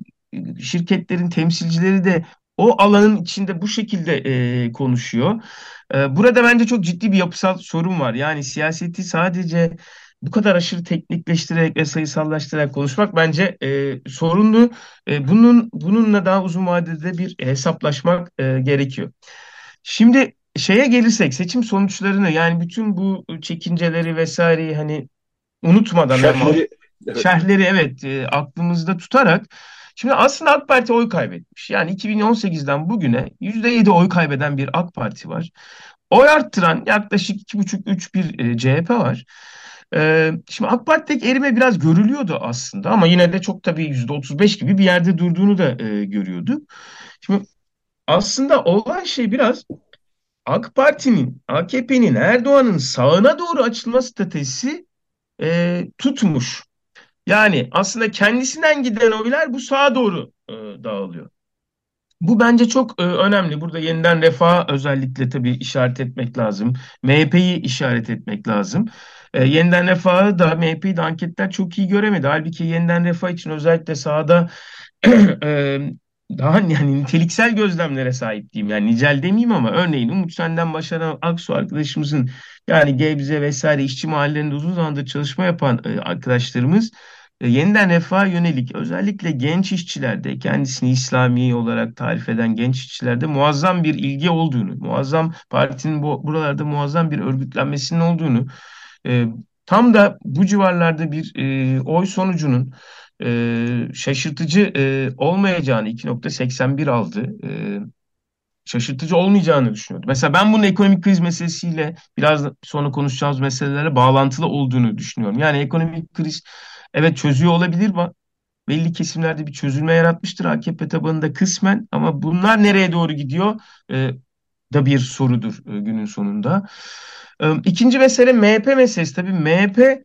şirketlerin temsilcileri de o alanın içinde bu şekilde e, konuşuyor. E, burada bence çok ciddi bir yapısal sorun var. Yani siyaseti sadece bu kadar aşırı teknikleştirerek ve sayısallaştırarak konuşmak bence e, sorunlu. E, bunun bununla daha uzun vadede bir hesaplaşmak e, gerekiyor. Şimdi şeye gelirsek, seçim sonuçlarını, yani bütün bu çekinceleri vesaireyi hani unutmadan ama Şerhleri, evet. şerhleri, evet, e, aklımızda tutarak, şimdi aslında AK Parti oy kaybetmiş. Yani iki bin on sekizden bugüne yüzde yedi oy kaybeden bir AK Parti var. Oy arttıran yaklaşık iki buçuk üç bir e, C H P var. E, şimdi AK Parti'deki erime biraz görülüyordu aslında, ama yine de çok, tabii yüzde otuz beş gibi bir yerde durduğunu da e, görüyorduk. Şimdi aslında olan şey biraz AK Parti'nin, A K P'nin, Erdoğan'ın sağına doğru açılma stratejisi e, tutmuş. Yani aslında kendisinden giden oylar bu sağa doğru e, dağılıyor. Bu bence çok e, önemli. Burada yeniden Refah özellikle tabii işaret etmek lazım. M H P'yi işaret etmek lazım. E, yeniden Refah'ı da, M H P'yi de anketler çok iyi göremedi. Halbuki yeniden Refah için özellikle sahada e, daha yani niteliksel gözlemlere sahip diyeyim. Yani nicel demeyeyim, ama örneğin Umut Sen'den Başaran Aksu arkadaşımızın, yani Gebze vesaire işçi mahallelerinde uzun zamandır çalışma yapan e, arkadaşlarımız e, yeniden refaha yönelik, özellikle genç işçilerde, kendisini İslami olarak tarif eden genç işçilerde muazzam bir ilgi olduğunu, muazzam partinin bu, buralarda muazzam bir örgütlenmesinin olduğunu, e, tam da bu civarlarda bir e, oy sonucunun e, şaşırtıcı e, olmayacağını, iki nokta seksen bir aldı. E, şaşırtıcı olmayacağını düşünüyordum. Mesela ben bunun ekonomik kriz meselesiyle, biraz sonra konuşacağımız meselelere bağlantılı olduğunu düşünüyorum. Yani ekonomik kriz evet çözüyor olabilir mi? Belli kesimlerde bir çözülme yaratmıştır A K P tabanında kısmen, ama bunlar nereye doğru gidiyor e, da bir sorudur e, günün sonunda. E, ikinci mesele M H P meselesi. Tabii M H P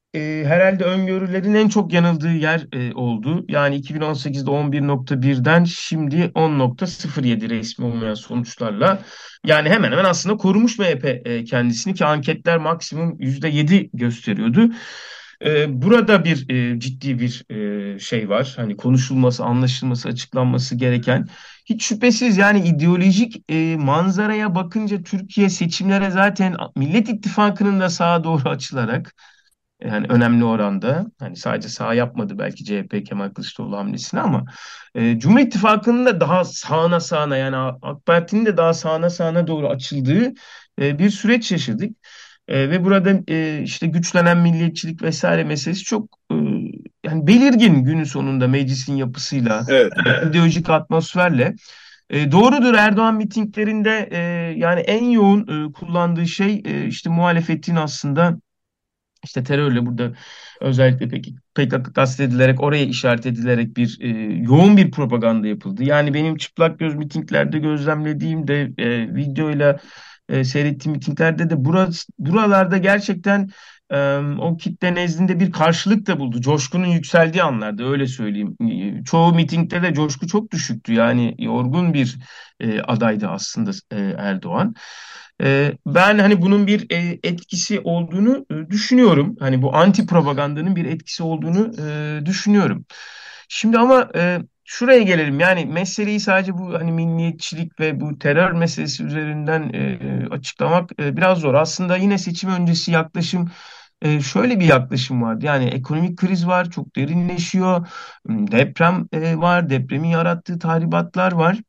e, herhalde öngörülerin en çok yanıldığı yer e, oldu. Yani iki bin on sekizde on bir nokta birden şimdi on nokta sıfır yedi resmi olmayan sonuçlarla. Yani hemen hemen aslında korumuş M H P e, kendisini, ki anketler maksimum yüzde yedi gösteriyordu. E, burada bir e, ciddi bir e, şey var. Hani konuşulması, anlaşılması, açıklanması gereken. Hiç şüphesiz yani ideolojik e, manzaraya bakınca Türkiye seçimlere zaten Millet İttifakı'nın da sağa doğru açılarak, yani önemli oranda, hani sadece sağ yapmadı belki C H P Kemal Kılıçdaroğlu hamlesini, ama e, Cumhur İttifakı'nın da daha sağına sağına, yani AK Parti'nin de daha sağına sağına doğru açıldığı e, bir süreç yaşadık. E, ve burada e, işte güçlenen milliyetçilik vesaire meselesi çok e, yani belirgin günün sonunda meclisin yapısıyla, Evet. e, ideolojik atmosferle. E, doğrudur, Erdoğan mitinglerinde e, yani en yoğun e, kullandığı şey e, işte muhalefetin aslında işte terörle, burada özellikle pek, P K K kastedilerek, oraya işaret edilerek bir e, yoğun bir propaganda yapıldı. Yani benim çıplak göz mitinglerde gözlemlediğim de e, videoyla e, seyrettiğim mitinglerde de burası, buralarda gerçekten e, o kitle nezdinde bir karşılık da buldu. Coşkunun yükseldiği anlarda, öyle söyleyeyim. E, çoğu mitingde de coşku çok düşüktü. Yani yorgun bir e, adaydı aslında e, Erdoğan. Ee, ben hani bunun bir e, etkisi olduğunu e, düşünüyorum. Hani bu anti propagandanın bir etkisi olduğunu e, düşünüyorum. Şimdi ama e, şuraya gelelim. Yani meseleyi sadece bu hani milliyetçilik ve bu terör meselesi üzerinden e, açıklamak e, biraz zor. Aslında yine seçim öncesi yaklaşım, e, şöyle bir yaklaşım vardı. Yani ekonomik kriz var, çok derinleşiyor. Deprem e, var, depremin yarattığı tahribatlar var.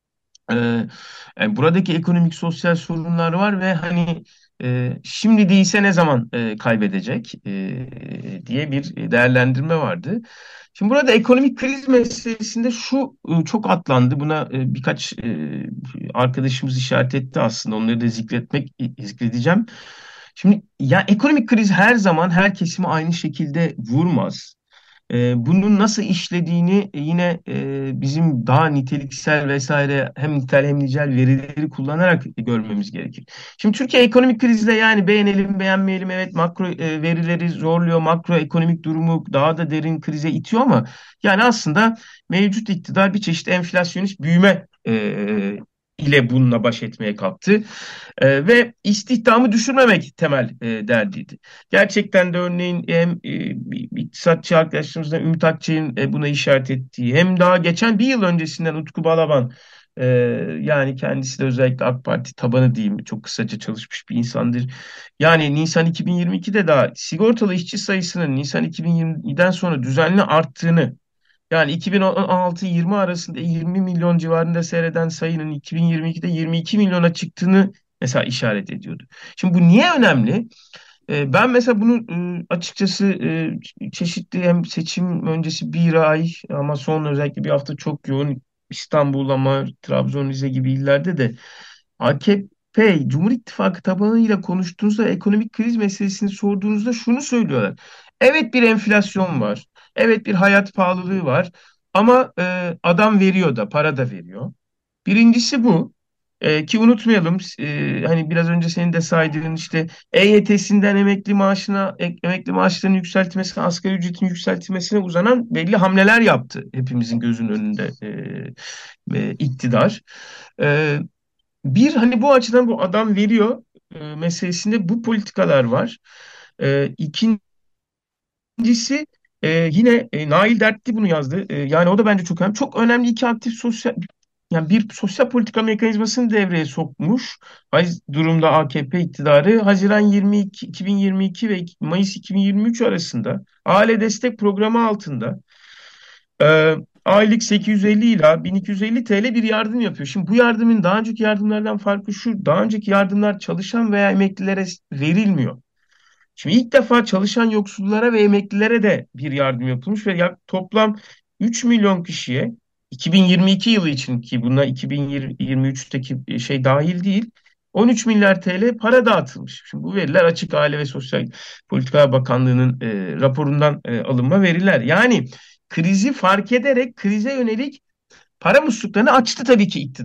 Ee, yani buradaki ekonomik sosyal sorunlar var ve hani e, şimdi değilse ne zaman e, kaybedecek e, diye bir değerlendirme vardı. Şimdi burada ekonomik kriz meselesinde şu e, çok atlandı. Buna e, birkaç e, arkadaşımız işaret etti aslında. Onları da zikretmek zikredeceğim. Şimdi ya ekonomik kriz her zaman her kesimi aynı şekilde vurmaz. E, bunun nasıl işlediğini yine e, bizim daha niteliksel vesaire hem nitel hem nicel verileri kullanarak görmemiz gerekir. Şimdi Türkiye ekonomik krizde, yani beğenelim beğenmeyelim, evet makro e, verileri zorluyor, makro ekonomik durumu daha da derin krize itiyor, ama yani aslında mevcut iktidar bir çeşit enflasyonist büyüme e, ile bununla baş etmeye kalktı. E, ve istihdamı düşürmemek temel e, derdiydi. Gerçekten de örneğin hem e, bir iktisatçı arkadaşlarımızdan Ümit Akçay'ın e, buna işaret ettiği, hem daha geçen bir yıl öncesinden Utku Balaban, e, yani kendisi de özellikle AK Parti tabanı diyeyim, çok kısaca çalışmış bir insandır. Yani Nisan iki bin yirmi ikide daha sigortalı işçi sayısının Nisan iki bin yirmiden sonra düzenli arttığını, yani iki bin on altı yirmi arasında yirmi milyon civarında seyreden sayının iki bin yirmi ikide yirmi iki milyona çıktığını mesela işaret ediyordu. Şimdi bu niye önemli? E, ben mesela bunu e, açıkçası e, çeşitli, hem seçim öncesi bir ay ama son özellikle bir hafta çok yoğun İstanbul ama Trabzon, Rize gibi illerde de A K P, Cumhur İttifakı tabanıyla konuştuğunuzda, ekonomik kriz meselesini sorduğunuzda şunu söylüyorlar. Evet, bir enflasyon var. Evet, bir hayat pahalılığı var. Ama e, adam veriyor da, para da veriyor. Birincisi bu. E, ki unutmayalım, e, hani biraz önce senin de saydığın işte E Y T'sinden emekli maaşına, ek- emekli maaşlarının yükseltilmesine, asgari ücretin yükseltilmesine uzanan belli hamleler yaptı hepimizin gözünün önünde e, e, iktidar. E, bir hani bu açıdan bu adam veriyor e, meselesinde bu politikalar var. E, ikincisi e, yine e, Nail Dertli bunu yazdı. E, yani o da bence çok önemli. Çok önemli iki aktif sosyal, yani bir sosyal politika mekanizmasını devreye sokmuş. Haz- durumda A K P iktidarı Haziran yirmi iki, iki bin yirmi iki ve Mayıs iki bin yirmi üç arasında aile destek programı altında ee, aylık sekiz yüz elli ila bin iki yüz elli T L bir yardım yapıyor. Şimdi bu yardımın daha önceki yardımlardan farkı şu: daha önceki yardımlar çalışan veya emeklilere verilmiyor. Şimdi ilk defa çalışan yoksullara ve emeklilere de bir yardım yapılmış ve yak- toplam üç milyon kişiye iki bin yirmi iki yılı için, ki buna iki bin yirmi üçteki şey dahil değil, on üç milyar T L para dağıtılmış. Şimdi bu veriler açık, Aile ve Sosyal Politikalar Bakanlığı'nın e, raporundan e, alınma veriler. Yani krizi fark ederek krize yönelik para musluklarını açtı tabii ki iktidar.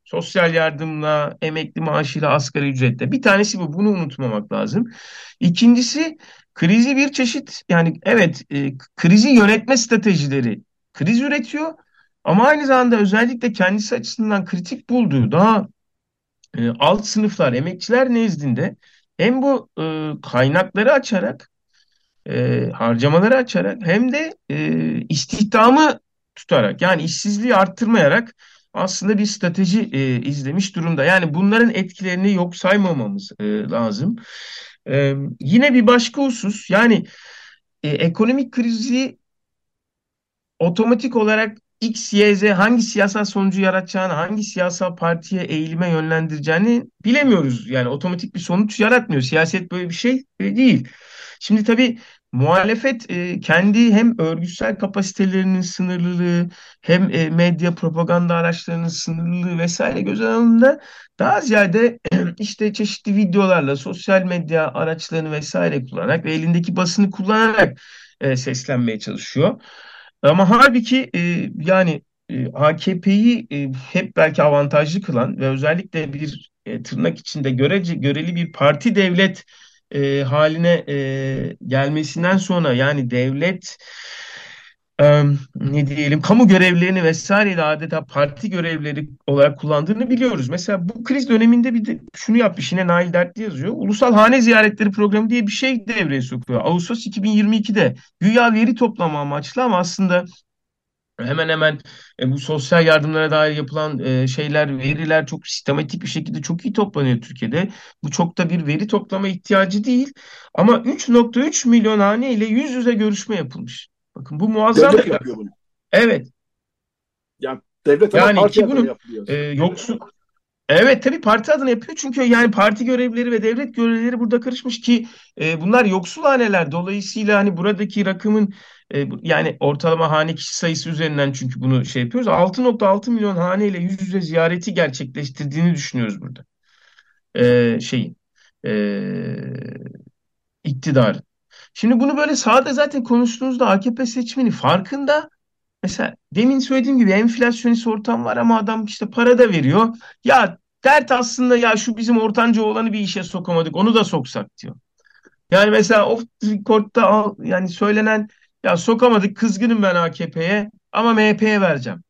Sosyal yardımla, emekli maaşıyla, asgari ücretle. Bir tanesi bu. Bunu unutmamak lazım. İkincisi krizi bir çeşit yani evet e, krizi yönetme stratejileri kriz üretiyor ama aynı zamanda özellikle kendisi açısından kritik bulduğu daha e, alt sınıflar, emekçiler nezdinde hem bu e, kaynakları açarak e, harcamaları açarak hem de e, istihdamı tutarak yani işsizliği arttırmayarak aslında bir strateji e, izlemiş durumda. Yani bunların etkilerini yok saymamamız e, lazım. E, yine bir başka husus yani e, ekonomik krizi otomatik olarak X, Y, Z hangi siyasal sonucu yaratacağını, hangi siyasal partiye eğilime yönlendireceğini bilemiyoruz. Yani otomatik bir sonuç yaratmıyor. Siyaset böyle bir şey e, değil. Şimdi tabii muhalefet e, kendi hem örgütsel kapasitelerinin sınırlılığı hem e, medya propaganda araçlarının sınırlılığı vesaire göz önünde daha ziyade işte çeşitli videolarla sosyal medya araçlarını vesaire kullanarak ve elindeki basını kullanarak e, seslenmeye çalışıyor. Ama halbuki e, yani e, A K P'yi e, hep belki avantajlı kılan ve özellikle bir e, tırnak içinde görece, göreli bir parti devlet e, haline e, gelmesinden sonra yani devlet e, ne diyelim kamu görevlerini vesaireyle adeta parti görevleri olarak kullandığını biliyoruz. Mesela bu kriz döneminde bir de şunu yapmış yine Nail Dertli yazıyor. Ulusal Hane Ziyaretleri Programı diye bir şey devreye sokuyor. Ağustos iki bin yirmi ikide güya veri toplama amaçlı ama aslında hemen hemen e, bu sosyal yardımlara dair yapılan e, şeyler, veriler çok sistematik bir şekilde çok iyi toplanıyor Türkiye'de. Bu çok da bir veri toplama ihtiyacı değil. Ama üç nokta üç milyon hane ile yüz yüze görüşme yapılmış. Bakın bu muazzam Devlet bir yapıyor rakam. bunu. Evet. Yani devlet ama Yani parti ki adına bunun yapılıyor e, aslında. yoksul evet tabii parti adına yapıyor çünkü yani parti görevlileri ve devlet görevlileri burada karışmış ki e, bunlar yoksul haneler. Dolayısıyla hani buradaki rakamın e, bu- yani ortalama hane kişi sayısı üzerinden çünkü bunu şey yapıyoruz. altı nokta altı milyon haneyle yüz yüze ziyareti gerçekleştirdiğini düşünüyoruz burada. E, şeyin e, iktidarın. Şimdi bunu böyle sahada zaten konuştuğunuzda A K P seçmeni farkında. Mesela demin söylediğim gibi enflasyonist ortam var ama adam işte para da veriyor. Ya dert aslında ya şu bizim ortanca olanı bir işe sokamadık onu da soksak diyor. Yani mesela off the record'da al- yani söylenen ya sokamadık kızgınım ben A K P'ye ama M H P'ye vereceğim.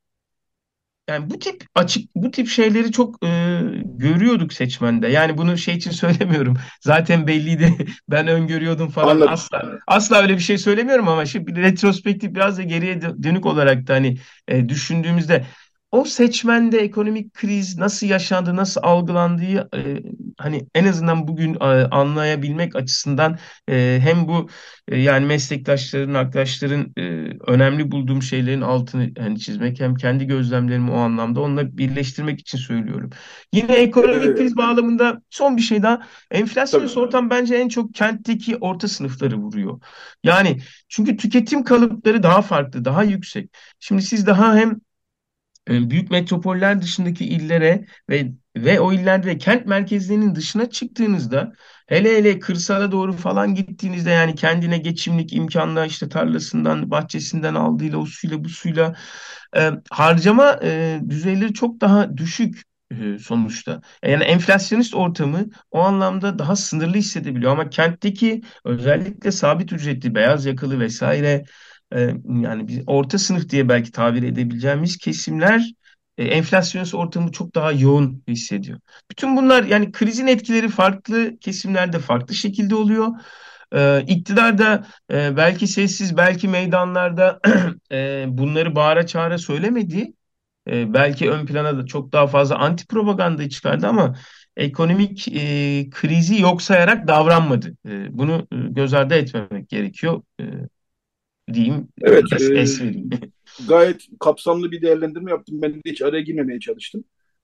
Yani bu tip açık bu tip şeyleri çok e, görüyorduk seçmende. Yani bunu şey için söylemiyorum. Zaten belliydi. Ben öngörüyordum falan. Anladım. Asla asla öyle bir şey söylemiyorum ama şimdi bir retrospektif biraz da geriye dö- dönük olarak da hani e, düşündüğümüzde o seçmende ekonomik kriz nasıl yaşandı, nasıl algılandığı e, hani en azından bugün e, anlayabilmek açısından e, hem bu e, yani meslektaşların, arkadaşların e, önemli bulduğum şeylerin altını hani çizmek hem kendi gözlemlerimi o anlamda onunla birleştirmek için söylüyorum. Yine ekonomik Ee, kriz bağlamında son bir şey daha. tabii. Enflasyonist ortam bence en çok kentteki orta sınıfları vuruyor. Yani çünkü tüketim kalıpları daha farklı, daha yüksek. Şimdi siz daha hem e, büyük metropoller dışındaki illere ve ve o illerde ve kent merkezlerinin dışına çıktığınızda hele hele kırsala doğru falan gittiğinizde yani kendine geçimlik imkanla işte tarlasından bahçesinden aldığıyla o suyla bu suyla e, harcama e, düzeyleri çok daha düşük e, sonuçta. Yani enflasyonist ortamı o anlamda daha sınırlı hissedebiliyor ama kentteki özellikle sabit ücretli beyaz yakalı vesaire e, yani bir orta sınıf diye belki tabir edebileceğimiz kesimler e, enflasyonist ortamı çok daha yoğun hissediyor. Bütün bunlar yani krizin etkileri farklı kesimlerde farklı şekilde oluyor. E, iktidar da e, belki sessiz, belki meydanlarda e, bunları bağıra çağıra söylemedi. E, belki ön plana da çok daha fazla anti propaganda çıkardı ama ekonomik e, krizi yok sayarak davranmadı. E, bunu e, göz ardı etmemek gerekiyor. E, diyeyim, Evet, es, e, es vereyim. gayet kapsamlı bir değerlendirme yaptım. Ben de hiç araya girmemeye çalıştım.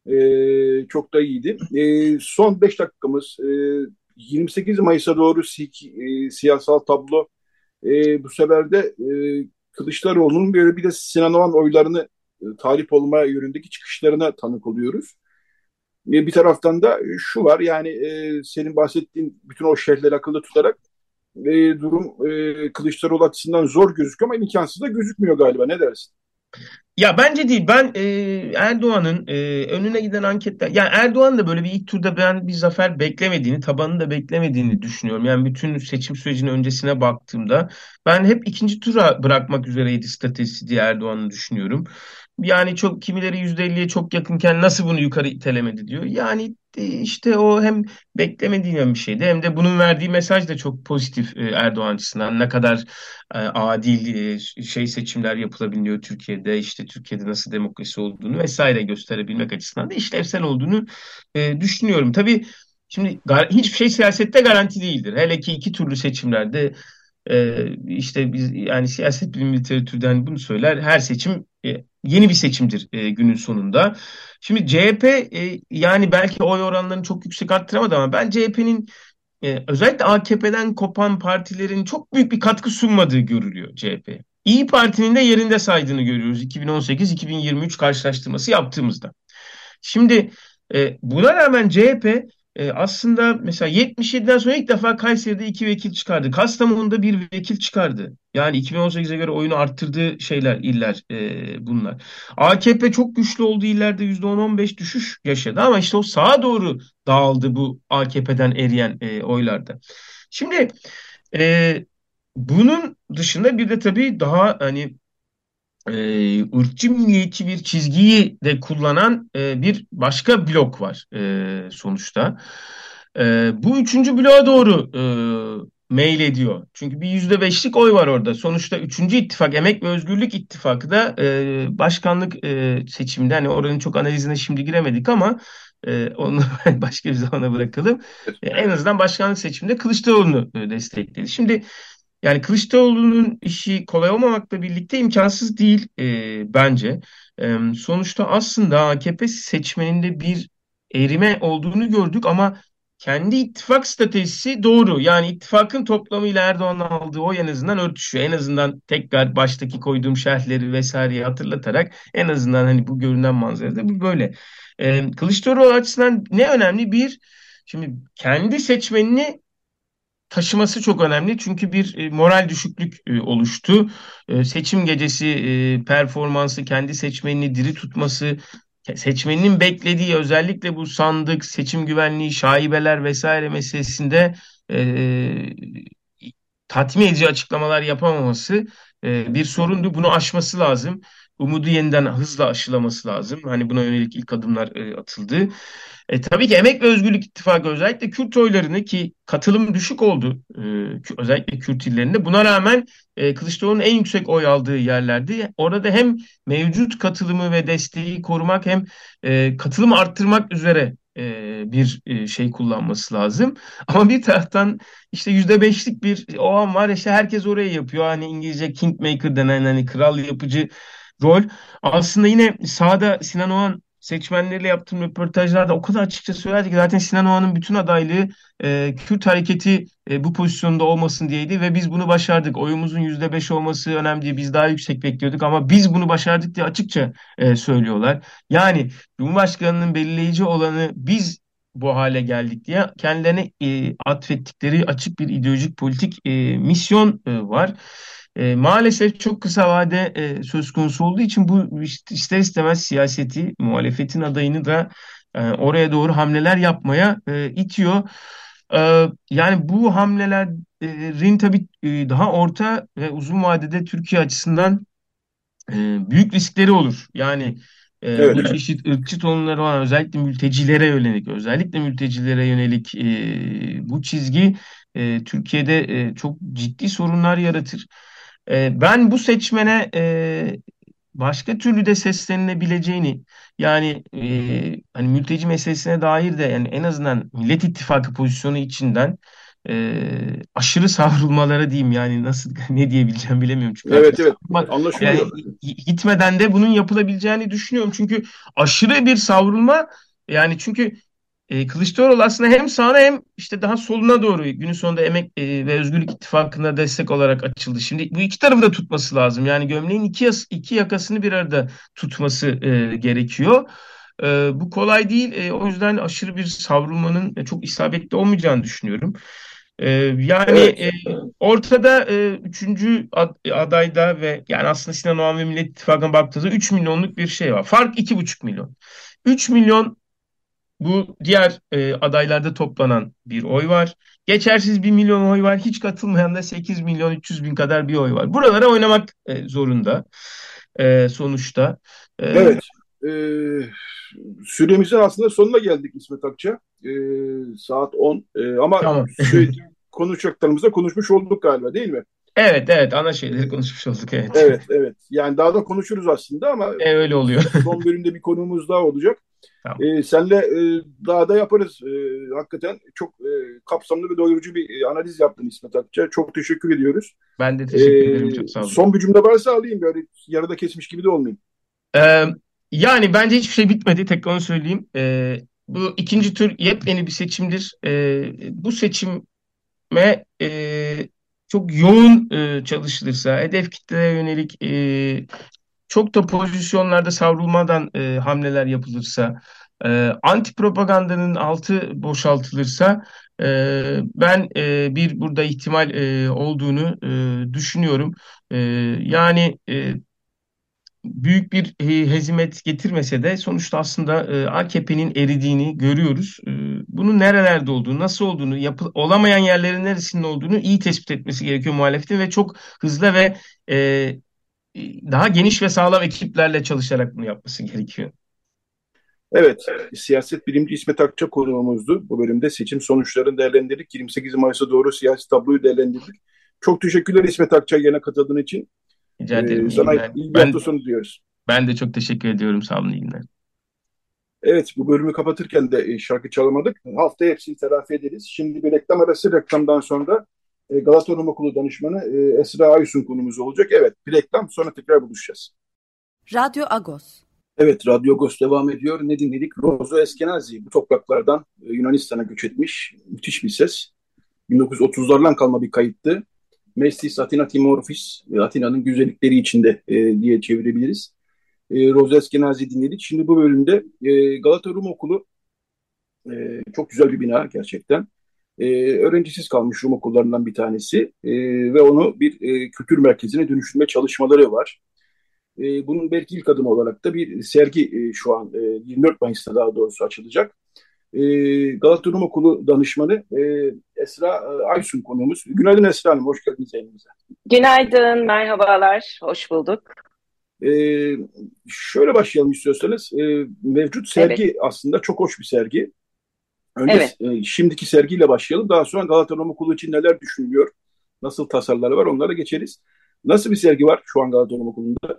E, çok da iyiydi. E, son beş dakikamız. E, yirmi sekiz Mayıs'a doğru si e, siyasal tablo. E, bu sefer de e, Kılıçdaroğlu'nun böyle bir de Sinan Oğan oylarını e, talip olmaya yönündeki çıkışlarına tanık oluyoruz. E, bir taraftan da şu var yani e, senin bahsettiğin bütün o şerhleri akılda tutarak e, durum e, Kılıçdaroğlu açısından zor gözüküyor ama imkansız da gözükmüyor galiba. Ne dersin? Ya bence değil. Ben e, Erdoğan'ın e, önüne giden anketler, yani Erdoğan da böyle bir ilk turda ben bir zafer beklemediğini, tabanını da beklemediğini düşünüyorum. Yani bütün seçim sürecinin öncesine baktığımda ben hep ikinci tura bırakmak üzereydi stratejisi diye Erdoğan'ı düşünüyorum. Yani çok kimileri yüzde elliye çok yakınken nasıl bunu yukarı itelemedi diyor. Yani e, işte o hem beklemediğim bir şeydi hem de bunun verdiği mesaj da çok pozitif e, Erdoğan açısından. Ne kadar e, adil e, şey seçimler yapılabiliyor Türkiye'de, işte Türkiye'de nasıl demokrasi olduğunu vesaire gösterebilmek açısından da işlevsel olduğunu e, düşünüyorum. Tabii şimdi gar- hiçbir şey siyasette garanti değildir. Hele ki iki türlü seçimlerde e, işte biz yani siyaset bilimi literatürden bunu söyler. Her seçim e, yeni bir seçimdir e, günün sonunda. Şimdi C H P e, yani belki oy oranlarını çok yüksek arttıramadı ama ben C H P'nin e, özellikle A K P'den kopan partilerin çok büyük bir katkı sunmadığı görülüyor C H P. İyi Parti'nin de yerinde saydığını görüyoruz iki bin on sekiz iki bin yirmi üç karşılaştırması yaptığımızda. Şimdi e, buna rağmen C H P e, aslında mesela yetmiş yediden sonra ilk defa Kayseri'de iki vekil çıkardı. Kastamonu'da bir vekil çıkardı. Yani iki bin on sekize göre oyunu arttırdığı şeyler, iller e, bunlar. A K P çok güçlü olduğu illerde yüzde on on beş düşüş yaşadı ama işte o sağa doğru dağıldı bu A K P'den eriyen e, oylarda. Şimdi e, bunun dışında bir de tabii daha hani e, ırkçı milliyetçi bir çizgiyi de kullanan e, bir başka blok var e, sonuçta. E, bu üçüncü bloğa doğru e, mail ediyor. Çünkü bir yüzde beşlik oy var orada. Sonuçta üçüncü ittifak, Emek ve Özgürlük İttifakı da e, başkanlık e, seçiminde, hani oranın çok analizine şimdi giremedik ama e, onu başka bir zamana bırakalım. E, en azından başkanlık seçiminde Kılıçdaroğlu'nu e, destekledi. Şimdi yani Kılıçdaroğlu'nun işi kolay olmamakla birlikte imkansız değil e, bence. E, sonuçta aslında A K P seçmeninde bir erime olduğunu gördük ama kendi ittifak stratejisi doğru. Yani ittifakın toplamıyla Erdoğan'ın aldığı oy en azından örtüşüyor. En azından tekrar baştaki koyduğum şerhleri vesaireyi hatırlatarak en azından hani bu görünen manzarada bu böyle. E, Kılıçdaroğlu açısından ne önemli? Bir, şimdi kendi seçmenini taşıması çok önemli. Çünkü bir e, moral düşüklük e, oluştu. E, seçim gecesi e, performansı, kendi seçmenini diri tutması, ke- seçmeninin beklediği özellikle bu sandık, seçim güvenliği, şaibeler vesaire meselesinde e, tatmin edici açıklamalar yapamaması e, bir sorundu. Bunu aşması lazım. Umudu yeniden hızla aşılaması lazım. Hani buna yönelik ilk adımlar e, atıldı. E, tabii ki Emek ve Özgürlük İttifakı özellikle Kürt oylarını, ki katılım düşük oldu e, kü- özellikle Kürt illerinde. Buna rağmen e, Kılıçdaroğlu'nun en yüksek oy aldığı yerlerdi. Orada hem mevcut katılımı ve desteği korumak hem e, katılımı arttırmak üzere e, bir e, şey kullanması lazım. Ama bir taraftan işte yüzde beşlik bir o an var, işte herkes orayı yapıyor. Hani İngilizce kingmaker denen, hani kral yapıcı rol. Aslında yine sahada Sinan Oğan seçmenleriyle yaptığım röportajlarda o kadar açıkça söylerdi ki zaten Sinan Oğan'ın bütün adaylığı e, Kürt hareketi e, bu pozisyonda olmasın diyeydi ve biz bunu başardık. Oyumuzun yüzde beş olması önemli değil. Biz daha yüksek bekliyorduk ama biz bunu başardık diye açıkça e, söylüyorlar. Yani Cumhurbaşkanının belirleyici olanı biz bu hale geldik diye kendilerine e, atfettikleri açık bir ideolojik politik e, misyon e, var. E, maalesef çok kısa vade e, söz konusu olduğu için bu işte- ister istemez siyaseti, muhalefetin adayını da e, oraya doğru hamleler yapmaya e, itiyor. E, yani bu hamlelerin tabii e, daha orta ve uzun vadede Türkiye açısından e, büyük riskleri olur. Yani e, bu Evet. çeşit ırkçı tonları olan, özellikle mültecilere yönelik, özellikle mültecilere yönelik e, bu çizgi e, Türkiye'de e, çok ciddi sorunlar yaratır. E, ben bu seçmene e, başka türlü de seslenilebileceğini, yani e, hani mülteci meselesine dair de yani en azından Millet İttifakı pozisyonu içinden e, aşırı savrulmalara diyeyim, yani nasıl ne diyebileceğim bilemiyorum çünkü artık Evet, evet. savrulma, yani Anlaşılıyor. gitmeden de bunun yapılabileceğini düşünüyorum çünkü aşırı bir savrulma, yani çünkü e, Kılıçdaroğlu aslında hem sağına hem işte daha soluna doğru günün sonunda Emek e, ve Özgürlük İttifakı'na destek olarak açıldı. Şimdi bu iki tarafı da tutması lazım. Yani gömleğin iki, yas- iki yakasını bir arada tutması e, gerekiyor. E, bu kolay değil. E, o yüzden aşırı bir savrulmanın e, çok isabetli olmayacağını düşünüyorum. E, yani Evet. e, ortada e, üçüncü ad, adayda ve yani aslında Sinan Oğan ve Millet İttifakı'na baktığınızda üç milyonluk bir şey var. Fark iki buçuk milyon. üç milyon bu diğer e, adaylarda toplanan bir oy var. Geçersiz bir milyon oy var. Hiç katılmayan da sekiz milyon üç yüz bin kadar bir oy var. Buralara oynamak e, zorunda e, sonuçta. E, Evet. Ee, Süremizin aslında sonuna geldik İsmet Akça. Ee, saat on. Ee, ama tamam. sürekli konuşacaklarımızda konuşmuş olduk galiba, değil mi? Evet, evet, ana şeyleri konuşmuş olduk, evet. Evet, evet. Yani daha da konuşuruz aslında ama E, öyle oluyor. son bölümde bir konuğumuz daha olacak. Tamam. Ee, senle e, daha da yaparız. Ee, hakikaten çok e, kapsamlı ve doyurucu bir e, analiz yaptın İsmet Akça. Çok teşekkür ediyoruz. Ben de teşekkür ederim. Ee, Çok sağ olun. son bir cümle varsa alayım, böyle yarıda kesmiş gibi de olmayayım. Ee, yani bence hiçbir şey bitmedi. Tek onu söyleyeyim. Ee, bu ikinci tur yepyeni bir seçimdir. Ee, bu seçime e, çok yoğun e, çalışılırsa, hedef kitleye yönelik e, çok da pozisyonlarda savrulmadan e, hamleler yapılırsa, e, anti propagandanın altı boşaltılırsa, e, ben e, bir burada ihtimal e, olduğunu e, düşünüyorum. E, yani e, büyük bir e, hezimet getirmese de sonuçta aslında e, A K P'nin eridiğini görüyoruz. E, bunun nerelerde olduğunu, nasıl olduğunu, yapı, olamayan yerlerin neresinin olduğunu iyi tespit etmesi gerekiyor muhalefetin ve çok hızlı ve e, daha geniş ve sağlam ekiplerle çalışarak bunu yapması gerekiyor. Evet, siyaset bilimci İsmet Akça konuğumuzdu. Bu bölümde seçim sonuçlarını değerlendirdik. yirmi sekiz Mayıs'a doğru siyasi tabloyu değerlendirdik. Çok teşekkürler İsmet Akça, yine katıldığın için. Rica Ee, ederim. İyi sana günler. iyi bir hafta Ben sonu diliyoruz. ben de çok teşekkür ediyorum. Sağ olun. İyi günler. Evet, bu bölümü kapatırken de e, şarkı çalamadık. Haftaya hepsini telafi ederiz. Şimdi bir reklam arası, reklamdan sonra e, Galata Rum Okulu danışmanı e, Esra Aysun konumuz olacak. Evet, bir reklam, sonra tekrar buluşacağız. Radyo Agos. Evet, Radyo Agos devam ediyor. Ne dinledik? Rozo Eskenazi bu topraklardan e, Yunanistan'a göç etmiş. Müthiş bir ses. bin dokuz yüz otuzlardan kalma bir kayıttı. Mestis Athena Timorphis, e, Atina'nın güzellikleri içinde e, diye çevirebiliriz. E, Rozo Eskenazi dinledik. Şimdi bu bölümde e, Galata Rum Okulu e, çok güzel bir bina gerçekten. E, öğrencisiz kalmış Rum okullarından bir tanesi e, ve onu bir e, kültür merkezine dönüştürme çalışmaları var. E, bunun belki ilk adımı olarak da bir sergi e, şu an e, yirmi dört Mayıs'ta daha doğrusu açılacak. E, Galata Rum Okulu danışmanı e, Esra e, Aysun konuğumuz. Günaydın Esra Hanım, hoş geldiniz yayınımıza. Günaydın, merhabalar, hoş bulduk. E, şöyle başlayalım istiyorsanız. E, mevcut sergi Evet, aslında çok hoş bir sergi. Önce evet. e, şimdiki sergiyle başlayalım. Daha sonra Galata Rum Okulu için neler düşünülüyor, nasıl tasarıları var, onlara geçeriz. Nasıl bir sergi var şu an Galata Rum Okulu'nda?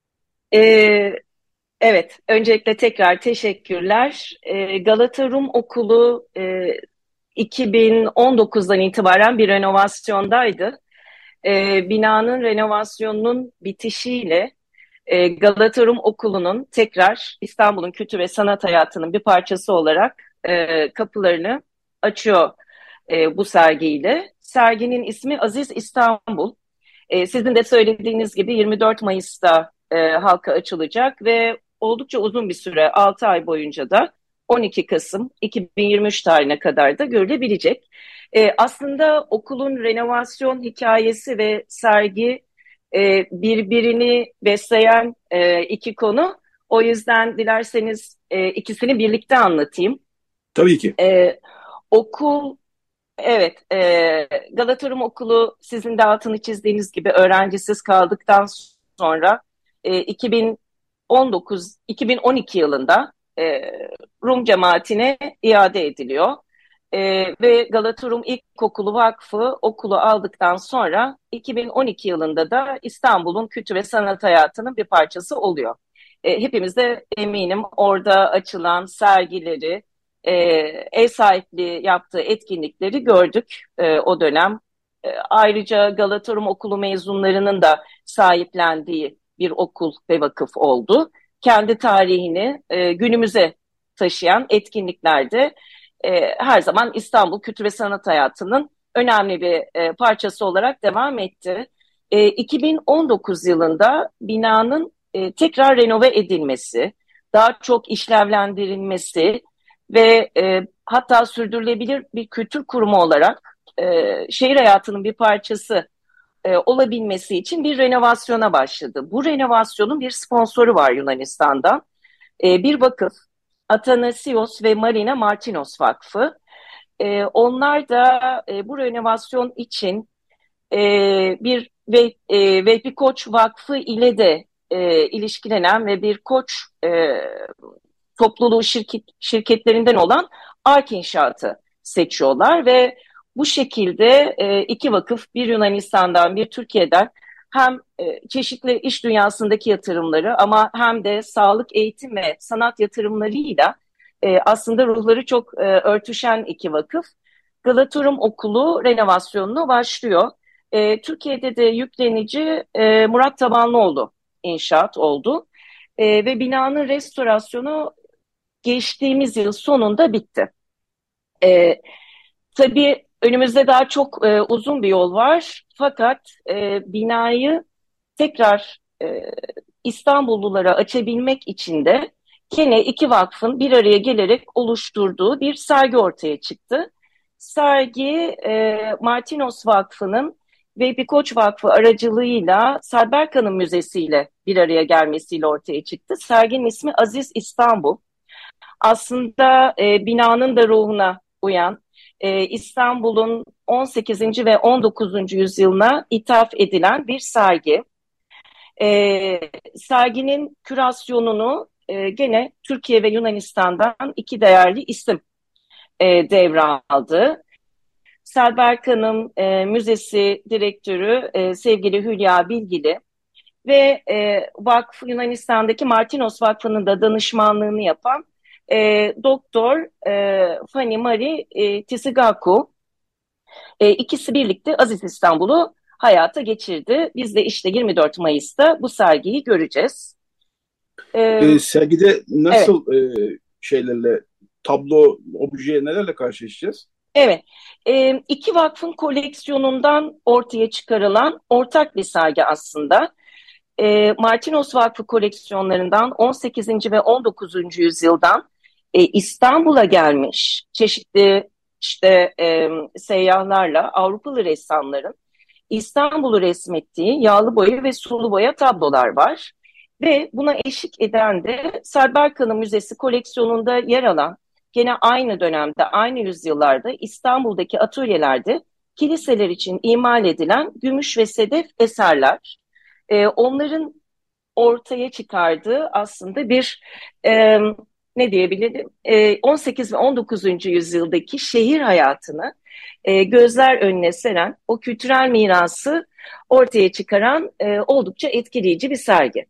Ee, evet, öncelikle tekrar teşekkürler. Ee, Galata Rum Okulu e, iki bin on dokuzdan itibaren bir renovasyondaydı. Ee, binanın renovasyonunun bitişiyle e, Galata Rum Okulu'nun tekrar İstanbul'un kültür ve sanat hayatının bir parçası olarak e, kapılarını açıyor e, bu sergiyle. Serginin ismi Aziz İstanbul. E, sizin de söylediğiniz gibi yirmi dört Mayıs'ta e, halka açılacak ve oldukça uzun bir süre altı ay boyunca da on iki Kasım iki bin yirmi üç tarihine kadar da görülebilecek. E, aslında okulun renovasyon hikayesi ve sergi e, birbirini besleyen e, iki konu. O yüzden dilerseniz e, ikisini birlikte anlatayım. Tabii ki. E, okul Evet, e, Galata Rum Okulu sizin de altını çizdiğiniz gibi öğrencisiz kaldıktan sonra e, iki bin on dokuz iki bin on iki yılında e, Rum cemaatine iade ediliyor. E, ve Galata Rum İlkokulu Vakfı okulu aldıktan sonra iki bin on iki yılında da İstanbul'un kültür ve sanat hayatının bir parçası oluyor. E, hepimiz de eminim orada açılan sergileri, e, ev sahipliği yaptığı etkinlikleri gördük e, o dönem. E, ayrıca Galata Rum Okulu mezunlarının da sahiplendiği bir okul ve vakıf oldu. Kendi tarihini e, günümüze taşıyan etkinliklerde e, her zaman İstanbul kültür ve sanat hayatının önemli bir e, parçası olarak devam etti. E, iki bin on dokuz yılında binanın e, tekrar renove edilmesi, daha çok işlevlendirilmesi ve e, hatta sürdürülebilir bir kültür kurumu olarak e, şehir hayatının bir parçası e, olabilmesi için bir renovasyona başladı. Bu renovasyonun bir sponsoru var Yunanistan'dan. E, bir vakıf, Athanasios ve Marina Martinos Vakfı. E, onlar da e, bu renovasyon için e, bir ve, e, Vehbi Koç Vakfı ile de e, ilişkilenen ve bir koç e, topluluğu şirket, şirketlerinden olan Ark İnşaat'ı seçiyorlar ve bu şekilde e, iki vakıf, bir Yunanistan'dan bir Türkiye'den hem e, çeşitli iş dünyasındaki yatırımları ama hem de sağlık, eğitim ve sanat yatırımlarıyla e, aslında ruhları çok e, örtüşen iki vakıf Galatorum Okulu renovasyonunu başlıyor. E, Türkiye'de de yüklenici e, Murat Tabanlıoğlu İnşaat oldu. E, ve binanın restorasyonu geçtiğimiz yıl sonunda bitti. E, tabii önümüzde daha çok e, uzun bir yol var. Fakat e, binayı tekrar e, İstanbullulara açabilmek için de gene iki vakfın bir araya gelerek oluşturduğu bir sergi ortaya çıktı. Sergi e, Martinos Vakfı'nın Vehbi Koç Vakfı aracılığıyla Selberkan'ın müzesiyle bir araya gelmesiyle ortaya çıktı. Serginin ismi Aziz İstanbul. Aslında e, binanın da ruhuna uyan, e, İstanbul'un on sekizinci ve on dokuzuncu yüzyılına ithaf edilen bir sergi. E, serginin kürasyonunu e, gene Türkiye ve Yunanistan'dan iki değerli isim e, devraldı. Selberkan'ın e, müzesi direktörü e, sevgili Hülya Bilgili ve e, vakf Yunanistan'daki Martinos Vakfı'nın da danışmanlığını yapan e, Doktor e, Fani Mari e, Tisigaku. E, ikisi birlikte Aziz İstanbul'u hayata geçirdi. Biz de işte yirmi dört Mayıs'ta bu sergiyi göreceğiz. E, E, sergide nasıl evet. e, şeylerle, tablo, obje nelerle karşılaşacağız? Evet, e, iki vakfın koleksiyonundan ortaya çıkarılan ortak bir sergi aslında. E, Martinos Vakfı koleksiyonlarından on sekizinci ve on dokuzuncu yüzyıldan e, İstanbul'a gelmiş çeşitli işte e, seyyahlarla Avrupalı ressamların İstanbul'u resmettiği yağlı boya ve sulu boya tablolar var. Ve buna eşlik eden de Selberkanı Müzesi koleksiyonunda yer alan gene aynı dönemde, aynı yüzyıllarda İstanbul'daki atölyelerde kiliseler için imal edilen gümüş ve sedef eserler. Ee, onların ortaya çıkardığı aslında bir e, ne diyebilirim e, on sekiz ve on dokuzuncu yüzyıldaki şehir hayatını e, gözler önüne seren o kültürel mirası ortaya çıkaran e, oldukça etkileyici bir sergi.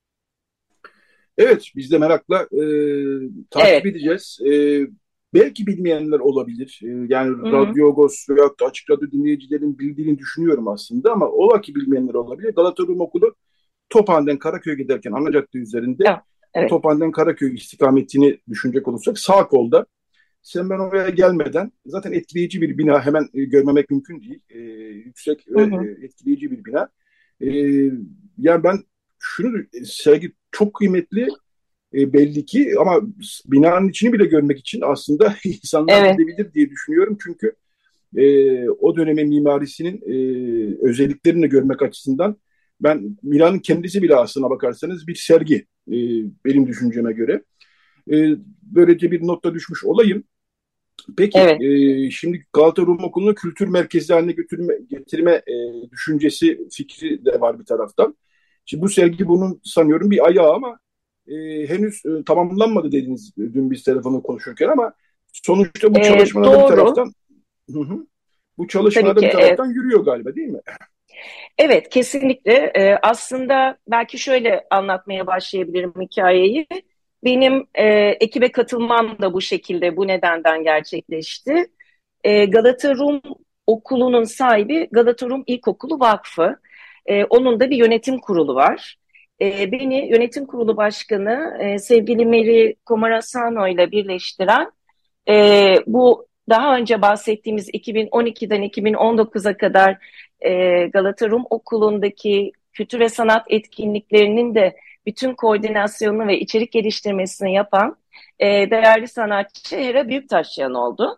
Evet, biz de merakla e, takip Evet. edeceğiz. E, belki bilmeyenler olabilir. E, yani Hı hı. Radyo Agos veyahut da Açık Radyo dinleyicilerin bildiğini düşünüyorum aslında ama ola ki bilmeyenler olabilir. Galata Rum Okulu Tophane'den Karaköy'e giderken ana cadde üzerinde Evet. Evet. Tophane'den Karaköy istikametini düşünecek olursak sağ kolda. Sen ben oraya gelmeden zaten etkileyici bir bina hemen e, görmemek mümkün değil. E, yüksek ve Hı hı. e, etkileyici bir bina. E, yani ben şunu sergi çok kıymetli e, belli ki ama binanın içini bile görmek için aslında insanlar Evet. gidebilir diye düşünüyorum. Çünkü e, o dönemin mimarisinin e, özelliklerini görmek açısından ben binanın kendisi bile aslına bakarsanız bir sergi e, benim düşünceme göre. E, böylece bir notta düşmüş olayım. Peki Evet. e, şimdi Galata Rum Okulu'nu kültür merkezi haline götürme, getirme e, düşüncesi, fikri de var bir taraftan. Şimdi bu sergi bunun sanıyorum bir ayağı ama e, henüz e, tamamlanmadı dediniz dün biz telefonla konuşurken ama sonuçta bu E, çalışmalarda bir doğru. taraftan hı hı, bu Tabii çalışmalarda ki. bir Evet. taraftan yürüyor galiba değil mi? Evet, kesinlikle. Ee, aslında belki şöyle anlatmaya başlayabilirim hikayeyi. Benim e, ekibe katılmam da bu şekilde, bu nedenden gerçekleşti. E, Galata Rum Okulu'nun sahibi Galata Rum İlkokulu Vakfı. E, onun da bir yönetim kurulu var. E, beni yönetim kurulu başkanı e, sevgili Meri Komarasano ile birleştiren e, bu daha önce bahsettiğimiz iki bin on ikiden iki bin on dokuza kadar e, Galata Rum Okulu'ndaki kültür ve sanat etkinliklerinin de bütün koordinasyonunu ve içerik geliştirmesini yapan e, değerli sanatçı Hera Büyüktaşyan oldu.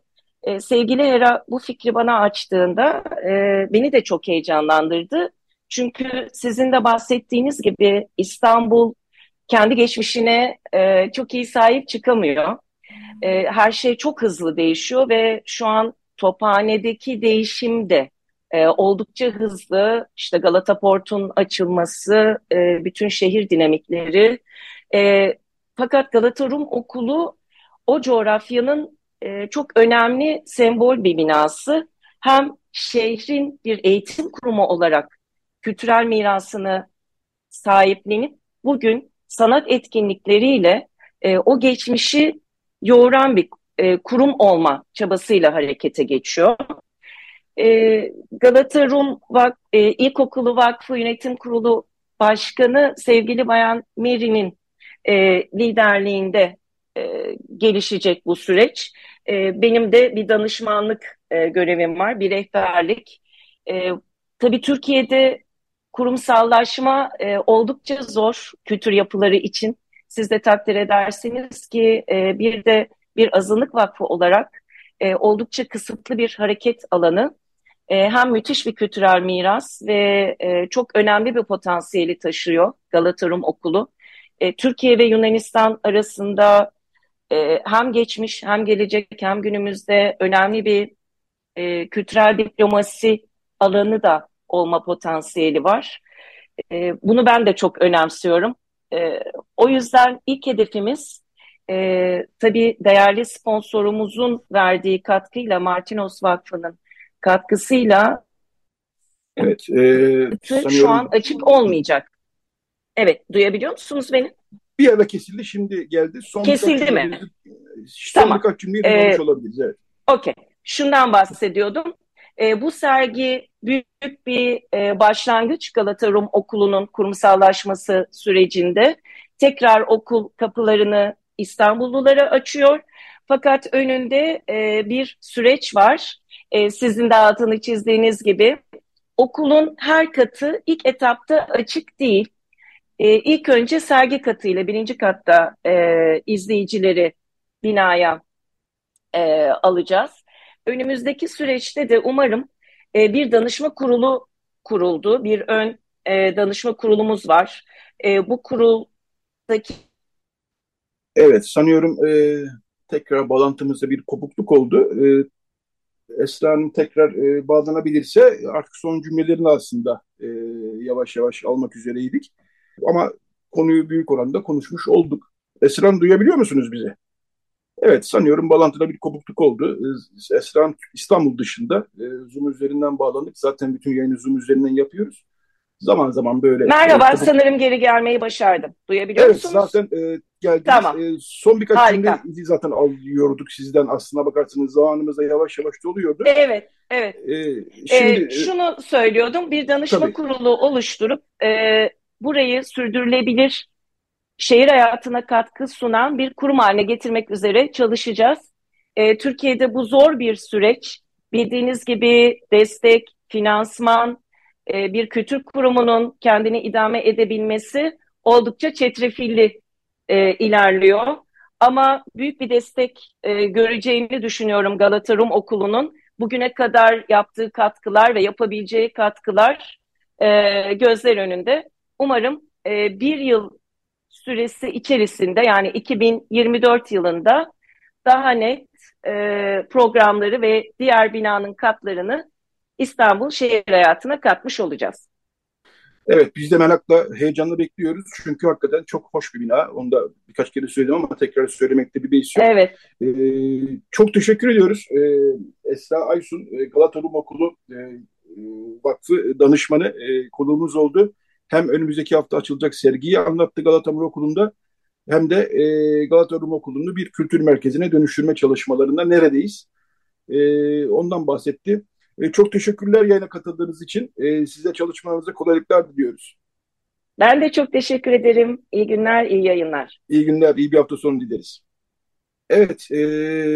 E, sevgili Hera bu fikri bana açtığında e, beni de çok heyecanlandırdı. Çünkü sizin de bahsettiğiniz gibi İstanbul kendi geçmişine e, çok iyi sahip çıkamıyor. E, her şey çok hızlı değişiyor ve şu an Tophane'deki değişim de e, oldukça hızlı. İşte Galata Port'un açılması, e, bütün şehir dinamikleri. E, fakat Galata Rum Okulu o coğrafyanın e, çok önemli sembol bir binası. Hem şehrin bir eğitim kurumu olarak kültürel mirasını sahiplenip bugün sanat etkinlikleriyle e, o geçmişi yoğuran bir e, kurum olma çabasıyla harekete geçiyor. E, Galata Rum Vak e, İlkokulu Vakfı Yönetim Kurulu Başkanı sevgili Bayan Meri'nin e, liderliğinde e, gelişecek bu süreç. E, benim de bir danışmanlık e, görevim var, bir rehberlik. E, tabii Türkiye'de kurumsallaşma e, oldukça zor kültür yapıları için. Siz de takdir edersiniz ki e, bir de bir azınlık vakfı olarak e, oldukça kısıtlı bir hareket alanı. E, hem müthiş bir kültürel miras ve e, çok önemli bir potansiyeli taşıyor Galata Rum Okulu. E, Türkiye ve Yunanistan arasında e, hem geçmiş hem gelecek hem günümüzde önemli bir e, kültürel diplomasi alanı da olma potansiyeli var. E, bunu ben de çok önemsiyorum. E, o yüzden ilk hedefimiz e, tabii değerli sponsorumuzun verdiği katkıyla Martinos Vakfı'nın katkısıyla Evet, e, şu an sanıyorum açık olmayacak. Evet, duyabiliyor musunuz beni? bir ara kesildi, şimdi geldi. Son birkaç Kesildi mi? cümleyi, son Tamam. birkaç cümleyi duymamış Ee, olabiliriz. Evet. Okey. Şundan bahsediyordum. Ee, bu sergi büyük bir e, başlangıç Galata Rum Okulu'nun kurumsallaşması sürecinde. Tekrar okul kapılarını İstanbullulara açıyor. Fakat önünde e, bir süreç var. E, sizin de altını çizdiğiniz gibi. Okulun her katı ilk etapta açık değil. E, ilk önce sergi katıyla birinci katta e, izleyicileri binaya e, alacağız. Önümüzdeki süreçte de umarım e, bir danışma kurulu kuruldu. Bir ön e, danışma kurulumuz var. E, bu kuruldaki Evet, sanıyorum e, tekrar bağlantımızda bir kopukluk oldu. E, Esra Hanım tekrar e, bağlanabilirse artık son cümlelerini aslında e, yavaş yavaş almak üzereydik. Ama konuyu büyük oranda konuşmuş olduk. Esra Hanım, duyabiliyor musunuz bizi? Evet, sanıyorum bağlantıda bir kopukluk oldu. E, Esra Hanım İstanbul dışında. E, Zoom üzerinden bağlandık. Zaten bütün yayını Zoom üzerinden yapıyoruz. Zaman zaman böyle e, merhaba kopuk... sanırım geri gelmeyi başardım. Duyabiliyor Evet, musunuz? zaten e, geldiniz. Tamam. E, son birkaç Harika. cümle zaten alıyorduk sizden. Aslına bakarsanız zamanımız da yavaş yavaş doluyordu. Evet, evet. E, şimdi Ee, şunu söylüyordum, bir danışma tabii. kurulu oluşturup e, burayı sürdürülebilir şehir hayatına katkı sunan bir kurum haline getirmek üzere çalışacağız. Ee, Türkiye'de bu zor bir süreç. Bildiğiniz gibi destek, finansman, e, bir kültür kurumunun kendini idame edebilmesi oldukça çetrefilli e, ilerliyor. Ama büyük bir destek e, göreceğini düşünüyorum Galata Rum Okulu'nun. Bugüne kadar yaptığı katkılar ve yapabileceği katkılar e, gözler önünde. Umarım e, bir yıl süresi içerisinde yani iki bin yirmi dört yılında daha net e, programları ve diğer binanın katlarını İstanbul şehir hayatına katmış olacağız. Evet, biz de merakla, heyecanla bekliyoruz. Çünkü hakikaten çok hoş bir bina. Onu da birkaç kere söyledim ama tekrar söylemekte bir beis yok. Evet. Ee, çok teşekkür ediyoruz. Ee, Esra Aysun, Galata Rum Okulu e, Vakfı danışmanı e, konuğumuz oldu. Hem önümüzdeki hafta açılacak sergiyi anlattı Galata Rum Okulu'nda, hem de e, Galata Rum Okulu'nu bir kültür merkezine dönüştürme çalışmalarında neredeyiz? E, ondan bahsetti. E, çok teşekkürler yayına katıldığınız için. E, size çalışmalarınıza kolaylıklar diliyoruz. Ben de çok teşekkür ederim. İyi günler, iyi yayınlar. İyi günler, iyi bir hafta sonu dileriz. Evet, e,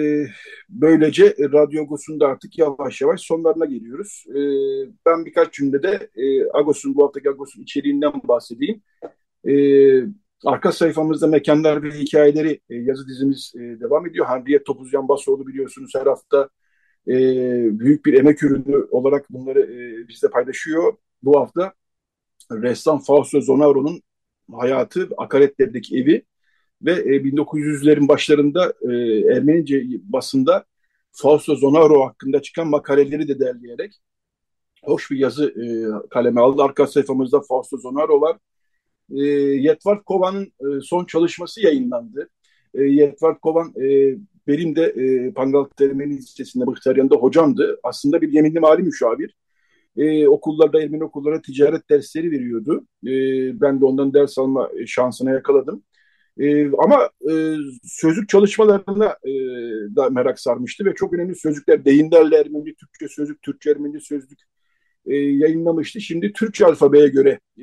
böylece Radyo Agos'un da artık yavaş yavaş sonlarına geliyoruz. E, ben birkaç cümlede e, Agos'un, bu haftaki Agos'un içeriğinden bahsedeyim. E, arka sayfamızda Mekanlar ve Hikayeleri e, yazı dizimiz e, devam ediyor. Hamdiye Topuzcan Basoğlu biliyorsunuz her hafta e, büyük bir emek ürünü olarak bunları e, bizle paylaşıyor. Bu hafta ressam Fausto Zonaro'nun hayatı, Akaretler'deki evi ve e, bin dokuz yüzlerin başlarında e, Ermenice basında Fausto Zonaro hakkında çıkan makaleleri de derleyerek hoş bir yazı e, kaleme aldı. Arka sayfamızda Fausto Zonaro var. E, Yetvart Kovan'ın e, son çalışması yayınlandı. E, Yetvart Kovan e, benim de e, Pangaltı Ermeni Lisesi'nde, Mıhtaryan'da hocamdı. Aslında bir yeminli mali müşavir. E, okullarda, Ermeni okullara ticaret dersleri veriyordu. E, ben de ondan ders alma şansına yakaladım. E, ama e, sözlük çalışmalarına e, da merak sarmıştı ve çok önemli sözlükler, deyimlerle Ermeni Türkçe sözlük, Türkçe Ermeni sözlük e, yayınlamıştı. Şimdi Türkçe alfabeye göre e,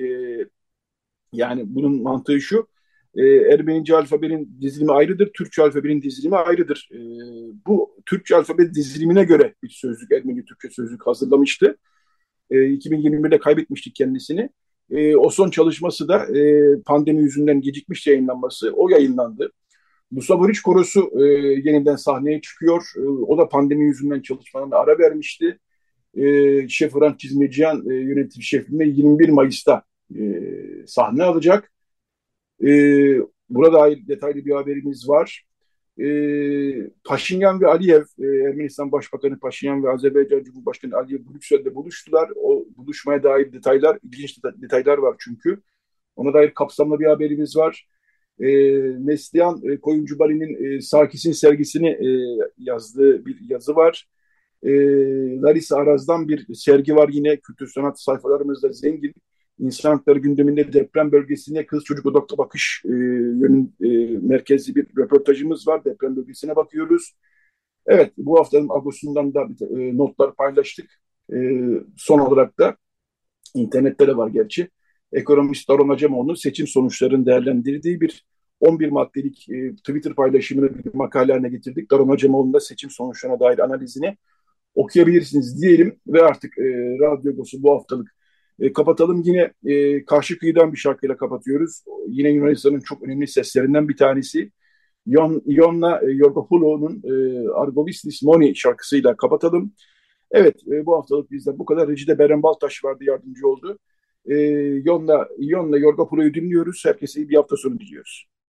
yani bunun mantığı şu, e, Ermenice alfabenin dizilimi ayrıdır, Türkçe alfabenin dizilimi ayrıdır. E, bu Türkçe alfabe dizilimine göre bir sözlük, Ermeni Türkçe sözlük hazırlamıştı. E, iki bin yirmi birde kaybetmiştik kendisini. E, o son çalışması da e, pandemi yüzünden gecikmiş yayınlanması, o yayınlandı. Mustafa Riç Korosu e, yeniden sahneye çıkıyor. E, o da pandemi yüzünden çalışmalarına ara vermişti. E, Şef Hrant Çizmeciyan e, yönetim şefliğinde yirmi bir Mayıs'ta e, sahne alacak. E, Burada dair detaylı bir haberimiz var. E, Paşinyan ve Aliyev, e, Ermenistan Başbakanı Paşinyan ve Azerbaycan Cumhurbaşkanı Aliyev Brüksel'de buluştular. O buluşmaya dair detaylar, ilginç detaylar var çünkü. Ona dair kapsamlı bir haberimiz var. E, Neslihan e, Koyuncu Bali'nin e, Sakis'in sergisini e, yazdığı bir yazı var. E, Larissa Araz'dan bir sergi var, yine kültür sanat sayfalarımızda zengin. İnsan hakları gündeminde deprem bölgesine kız çocuk odaklı bakış e, yönün e, merkezli bir röportajımız var. Deprem bölgesine bakıyoruz. Evet, bu haftanın Ağustos'undan da e, notlar paylaştık. E, son olarak da internette de var gerçi. Ekonomist Daron Acemoğlu'nun seçim sonuçlarını değerlendirdiği bir on bir maddelik e, Twitter paylaşımını bir makale haline getirdik. Daron Acemoğlu'nun da seçim sonuçlarına dair analizini okuyabilirsiniz diyelim ve artık e, Radyo Agos'u bu haftalık e, kapatalım. Yine e, Karşı Kıyı'dan bir şarkıyla kapatıyoruz. Yine Yunanistan'ın çok önemli seslerinden bir tanesi. Ion, Ionna Yorgopoulou'nun e, Argovistis Moni şarkısıyla kapatalım. Evet, e, bu haftalık bizden bu kadar. Recide Beren Baltaş vardı, yardımcı oldu. E, Ionna, Ionna Yorgopoulou'yu dinliyoruz. Herkese iyi bir hafta sonu diliyoruz.